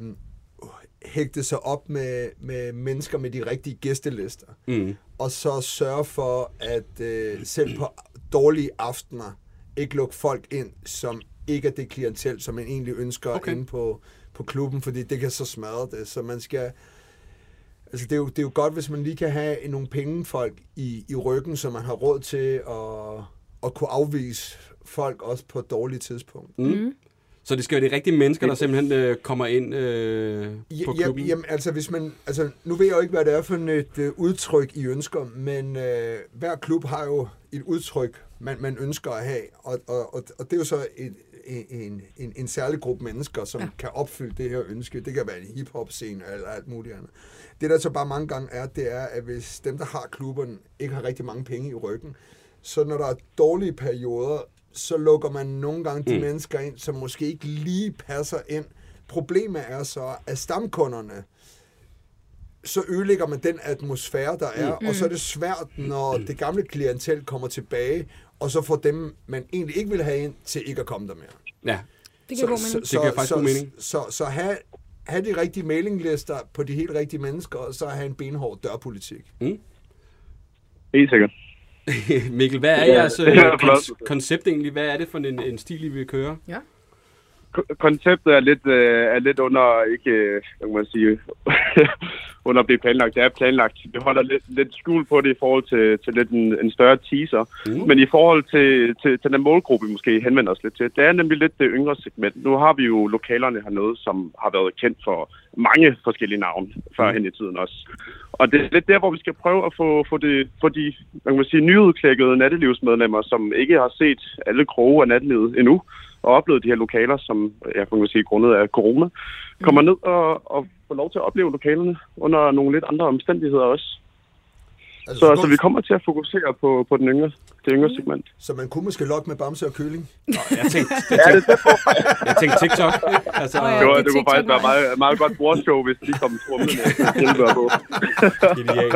Speaker 3: hægte sig op med, med mennesker med de rigtige gæstelister. Mm. Og så sørge for, at øh, selv på dårlige aftener, ikke lukke folk ind, som ikke er det klientel, som man egentlig ønsker okay. inde på, på klubben, fordi det kan så smadre det. Så man skal... Altså, det er, jo, det er jo godt, hvis man lige kan have nogle pengefolk i, i ryggen, så man har råd til at, at kunne afvise folk også på et dårligt tidspunkt.
Speaker 1: Mm. Mm. Så det skal være de rigtige mennesker, der simpelthen øh, kommer ind øh, på
Speaker 3: ja,
Speaker 1: klubben?
Speaker 3: Jamen, altså, hvis man, altså, nu ved jeg jo ikke, hvad det er for et øh, udtryk, I ønsker, men øh, hver klub har jo et udtryk, man, man ønsker at have, og, og, og, og det er jo så et, en, en, en særlig gruppe mennesker, som ja. kan opfylde det her ønske. Det kan være en hip-hop-scene eller alt muligt andet. Det, der så bare mange gange er, det er, at hvis dem, der har klubberne, ikke har rigtig mange penge i ryggen, så når der er dårlige perioder, så lukker man nogle gange de mm. mennesker ind, som måske ikke lige passer ind. Problemet er så, at stamkunderne, så ødelægger man den atmosfære, der er, mm. og så er det svært, når det gamle klientel kommer tilbage, og så får dem, man egentlig ikke vil have ind, til ikke at komme der mere.
Speaker 1: Ja,
Speaker 2: det giver god mening.
Speaker 1: Så, det giver faktisk
Speaker 3: så,
Speaker 1: god mening.
Speaker 3: Så, så, så have, have de rigtige mailinglister på de helt rigtige mennesker, og så have en benhård dørpolitik.
Speaker 1: Mm.
Speaker 8: Helt sikkert.
Speaker 1: Mikkel, hvad er jeres ja, kon- koncept egentlig? Hvad er det for en, en stil, I vil køre?
Speaker 2: Ja.
Speaker 8: Konceptet er lidt, øh, er lidt under, ikke, øh, hvad kan man sige, under at blive planlagt. Det er planlagt. Vi holder lidt, lidt skjul på det i forhold til, til lidt en, en større teaser. Mm. Men i forhold til, til, til den målgruppe, vi måske henvender os lidt til, det er nemlig lidt det yngre segment. Nu har vi jo lokalerne hernede, som har været kendt for mange forskellige navne førhen i tiden også. Og det er lidt der, hvor vi skal prøve at få, få, det, få de man kan sige, nyudklækkede nattelivsmedlemmer, som ikke har set alle kroge af nattelivet endnu, og oplevet de her lokaler, som jeg kan sige, grundet af corona, kommer ned og, og får lov til at opleve lokalerne under nogle lidt andre omstændigheder også. Altså, så, så vi kommer til at fokusere på, på den yngre, det yngre segment.
Speaker 3: Så man kunne måske lokke med bamse og køling?
Speaker 1: Nå, jeg tænkte, jeg tænkte, jeg tænkte TikTok. Altså,
Speaker 8: oh, ja, det, var, det, det kunne faktisk være meget, meget godt bordshow, hvis de kom trumlende og på.
Speaker 1: Genial.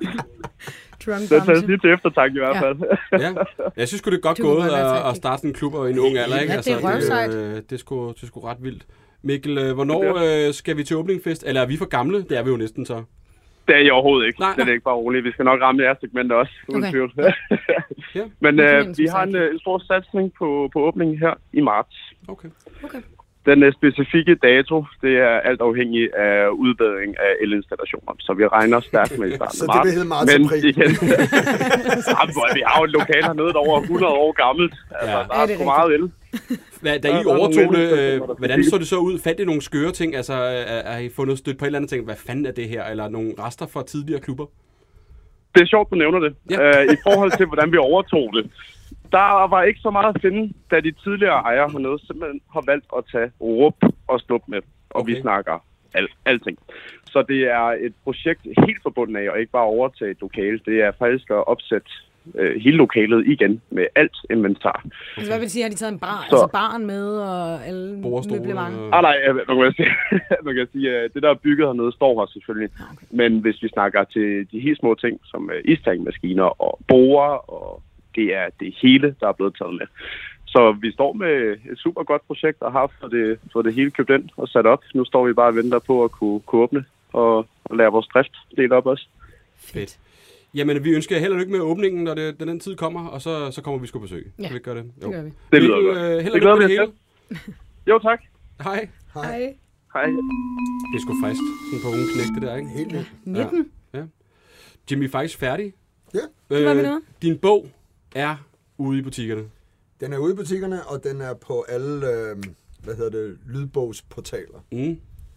Speaker 8: Det tager lige til eftertanke i hvert fald.
Speaker 1: Ja. ja. Jeg synes sgu, det er godt gået at, at starte en klub og en ung alder. Ikke?
Speaker 2: Ja, det er
Speaker 1: altså,
Speaker 2: røvsejt.
Speaker 1: Det, det, er sgu, det er sgu ret vildt. Mikkel, hvornår øh, skal vi til åbningsfest? Eller er vi for gamle? Det er vi jo næsten så.
Speaker 8: Det er jeg overhovedet ikke.
Speaker 1: Nej.
Speaker 8: Det er ikke bare roligt. Vi skal nok ramme jeres segment også, uden
Speaker 2: Okay.
Speaker 8: tvivl.
Speaker 1: Ja.
Speaker 8: Men
Speaker 2: Det kan
Speaker 8: øh,
Speaker 2: man
Speaker 8: vi
Speaker 2: som
Speaker 8: har en, øh, en stor satsning på, på åbningen her i marts.
Speaker 1: Okay.
Speaker 2: Okay.
Speaker 8: Den øh, specifikke dato, det er alt afhængig af udbedring af elinstallationer. Så vi regner stærkt med i starten
Speaker 3: Så
Speaker 8: af
Speaker 3: det
Speaker 8: marts.
Speaker 3: vil hedde marts
Speaker 8: Men
Speaker 3: april.
Speaker 8: igen, jamen, hvor vi har jo et lokal hernede, der er over hundrede år gammelt. Altså,
Speaker 1: Ja.
Speaker 8: der
Speaker 2: Ja,
Speaker 8: er
Speaker 2: det er
Speaker 8: sgu meget el.
Speaker 1: Hvad, da
Speaker 8: Der
Speaker 1: I
Speaker 8: er nogle
Speaker 1: overtog det,
Speaker 8: elinstallationer,
Speaker 1: øh,
Speaker 8: der
Speaker 1: hvordan
Speaker 8: skal
Speaker 1: så det så ud? Fandt I nogle skøre ting? Altså, er, er I fundet stødt på et eller andet ting? Hvad fanden er det her? Eller nogle rester fra tidligere klubber?
Speaker 8: Det er sjovt, du nævner det.
Speaker 1: Ja.
Speaker 8: Ja. Uh, I forhold til, hvordan vi overtog det. Der var ikke så meget at finde, da de tidligere ejere hernede simpelthen har valgt at tage råb og snup med. Og
Speaker 1: Okay.
Speaker 8: vi snakker al, alting. Så det er et projekt helt forbundet af, og ikke bare overtage et lokale. Det er faktisk at opsætte øh, hele lokalet igen med alt inventar.
Speaker 2: Altså, hvad vil sige, har de taget en bar,
Speaker 8: Så-
Speaker 2: altså baren med og alle
Speaker 1: Bordstole
Speaker 2: møblementer?
Speaker 1: og-
Speaker 8: Ah, nej, øh, man kan sige, man kan sige at det der er bygget hernede står her selvfølgelig.
Speaker 2: Okay.
Speaker 8: Men hvis vi snakker til de helt små ting, som øh, istankmaskiner og borer, og det er det hele, der er blevet taget med. Så vi står med et super godt projekt og har fået det, fået det hele købt ind og sat op. Nu står vi bare og venter på at kunne, kunne åbne og, og lære vores drift dele op også.
Speaker 1: Fedt. Jamen, vi ønsker jer held og lykke med åbningen, når det, den tid kommer, og så, så kommer vi sgu besøg.
Speaker 2: Ja,
Speaker 1: Kan vi ikke gøre det?
Speaker 2: Det gør vi.
Speaker 8: Det lyder
Speaker 1: Mikkel,
Speaker 8: godt.
Speaker 1: øh, held og
Speaker 8: Det
Speaker 1: lykke
Speaker 8: glæder
Speaker 1: med
Speaker 8: vi
Speaker 1: det
Speaker 8: os
Speaker 1: hele.
Speaker 8: Jo, tak.
Speaker 1: Hej.
Speaker 2: Hej.
Speaker 8: Hej.
Speaker 1: Det er sgu frisk, sådan på unge knægte der, ikke?
Speaker 3: Helt vildt.
Speaker 2: nitten.
Speaker 1: Ja. Jimmy, vi er faktisk færdig.
Speaker 3: Ja.
Speaker 2: Så var vi nede.
Speaker 1: Din bog er ude i butikkerne.
Speaker 3: Den er ude i butikkerne, og den er på alle, øh, hvad hedder det, lydbogsportaler.
Speaker 1: Mm.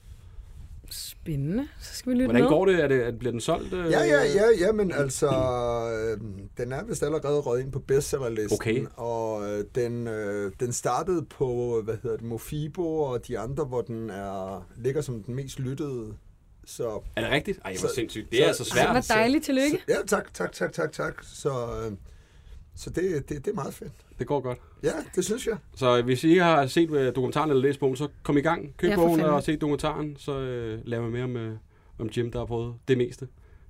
Speaker 2: Spændende. Så skal vi lytte
Speaker 1: Hvordan
Speaker 2: med.
Speaker 1: går det? Er det, bliver den solgt? øh?
Speaker 3: Ja, ja, ja, ja, men altså, øh, den er vist allerede røget ind på bestsellerlisten.
Speaker 1: Okay.
Speaker 3: Og øh, den, øh, den startede på, hvad hedder det, Mofibo og de andre, hvor den er, ligger som den mest lyttede. Så,
Speaker 1: Er det rigtigt? Ej, hvor
Speaker 3: Så-
Speaker 1: sindssygt. Det er
Speaker 3: så-
Speaker 1: altså
Speaker 2: Det
Speaker 1: svært.
Speaker 2: var dejligt. Tillykke.
Speaker 3: ja, tak, tak, tak, tak, tak. Så, øh, så det, det, det er meget fedt.
Speaker 1: Det går godt.
Speaker 3: Ja, det synes jeg.
Speaker 1: Så hvis I ikke har set øh, dokumentaren eller læst bogen, så kom i gang. Køb
Speaker 2: Ja, for
Speaker 1: bogen
Speaker 2: fanden.
Speaker 1: og se dokumentaren, så øh, laver vi mere om, øh, om Jim, der har prøvet det meste.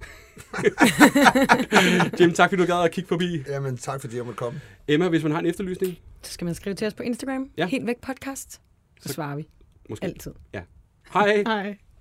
Speaker 1: Jim, tak fordi du gad at kigge forbi.
Speaker 3: Jamen, tak fordi jeg måtte komme.
Speaker 1: Emma, hvis man har en efterlysning,
Speaker 2: Så skal man skrive til os på Instagram.
Speaker 1: Ja.
Speaker 2: Helt væk podcast. Så svarer vi.
Speaker 1: måske.
Speaker 2: Altid.
Speaker 1: Ja. Hej.
Speaker 2: Hej.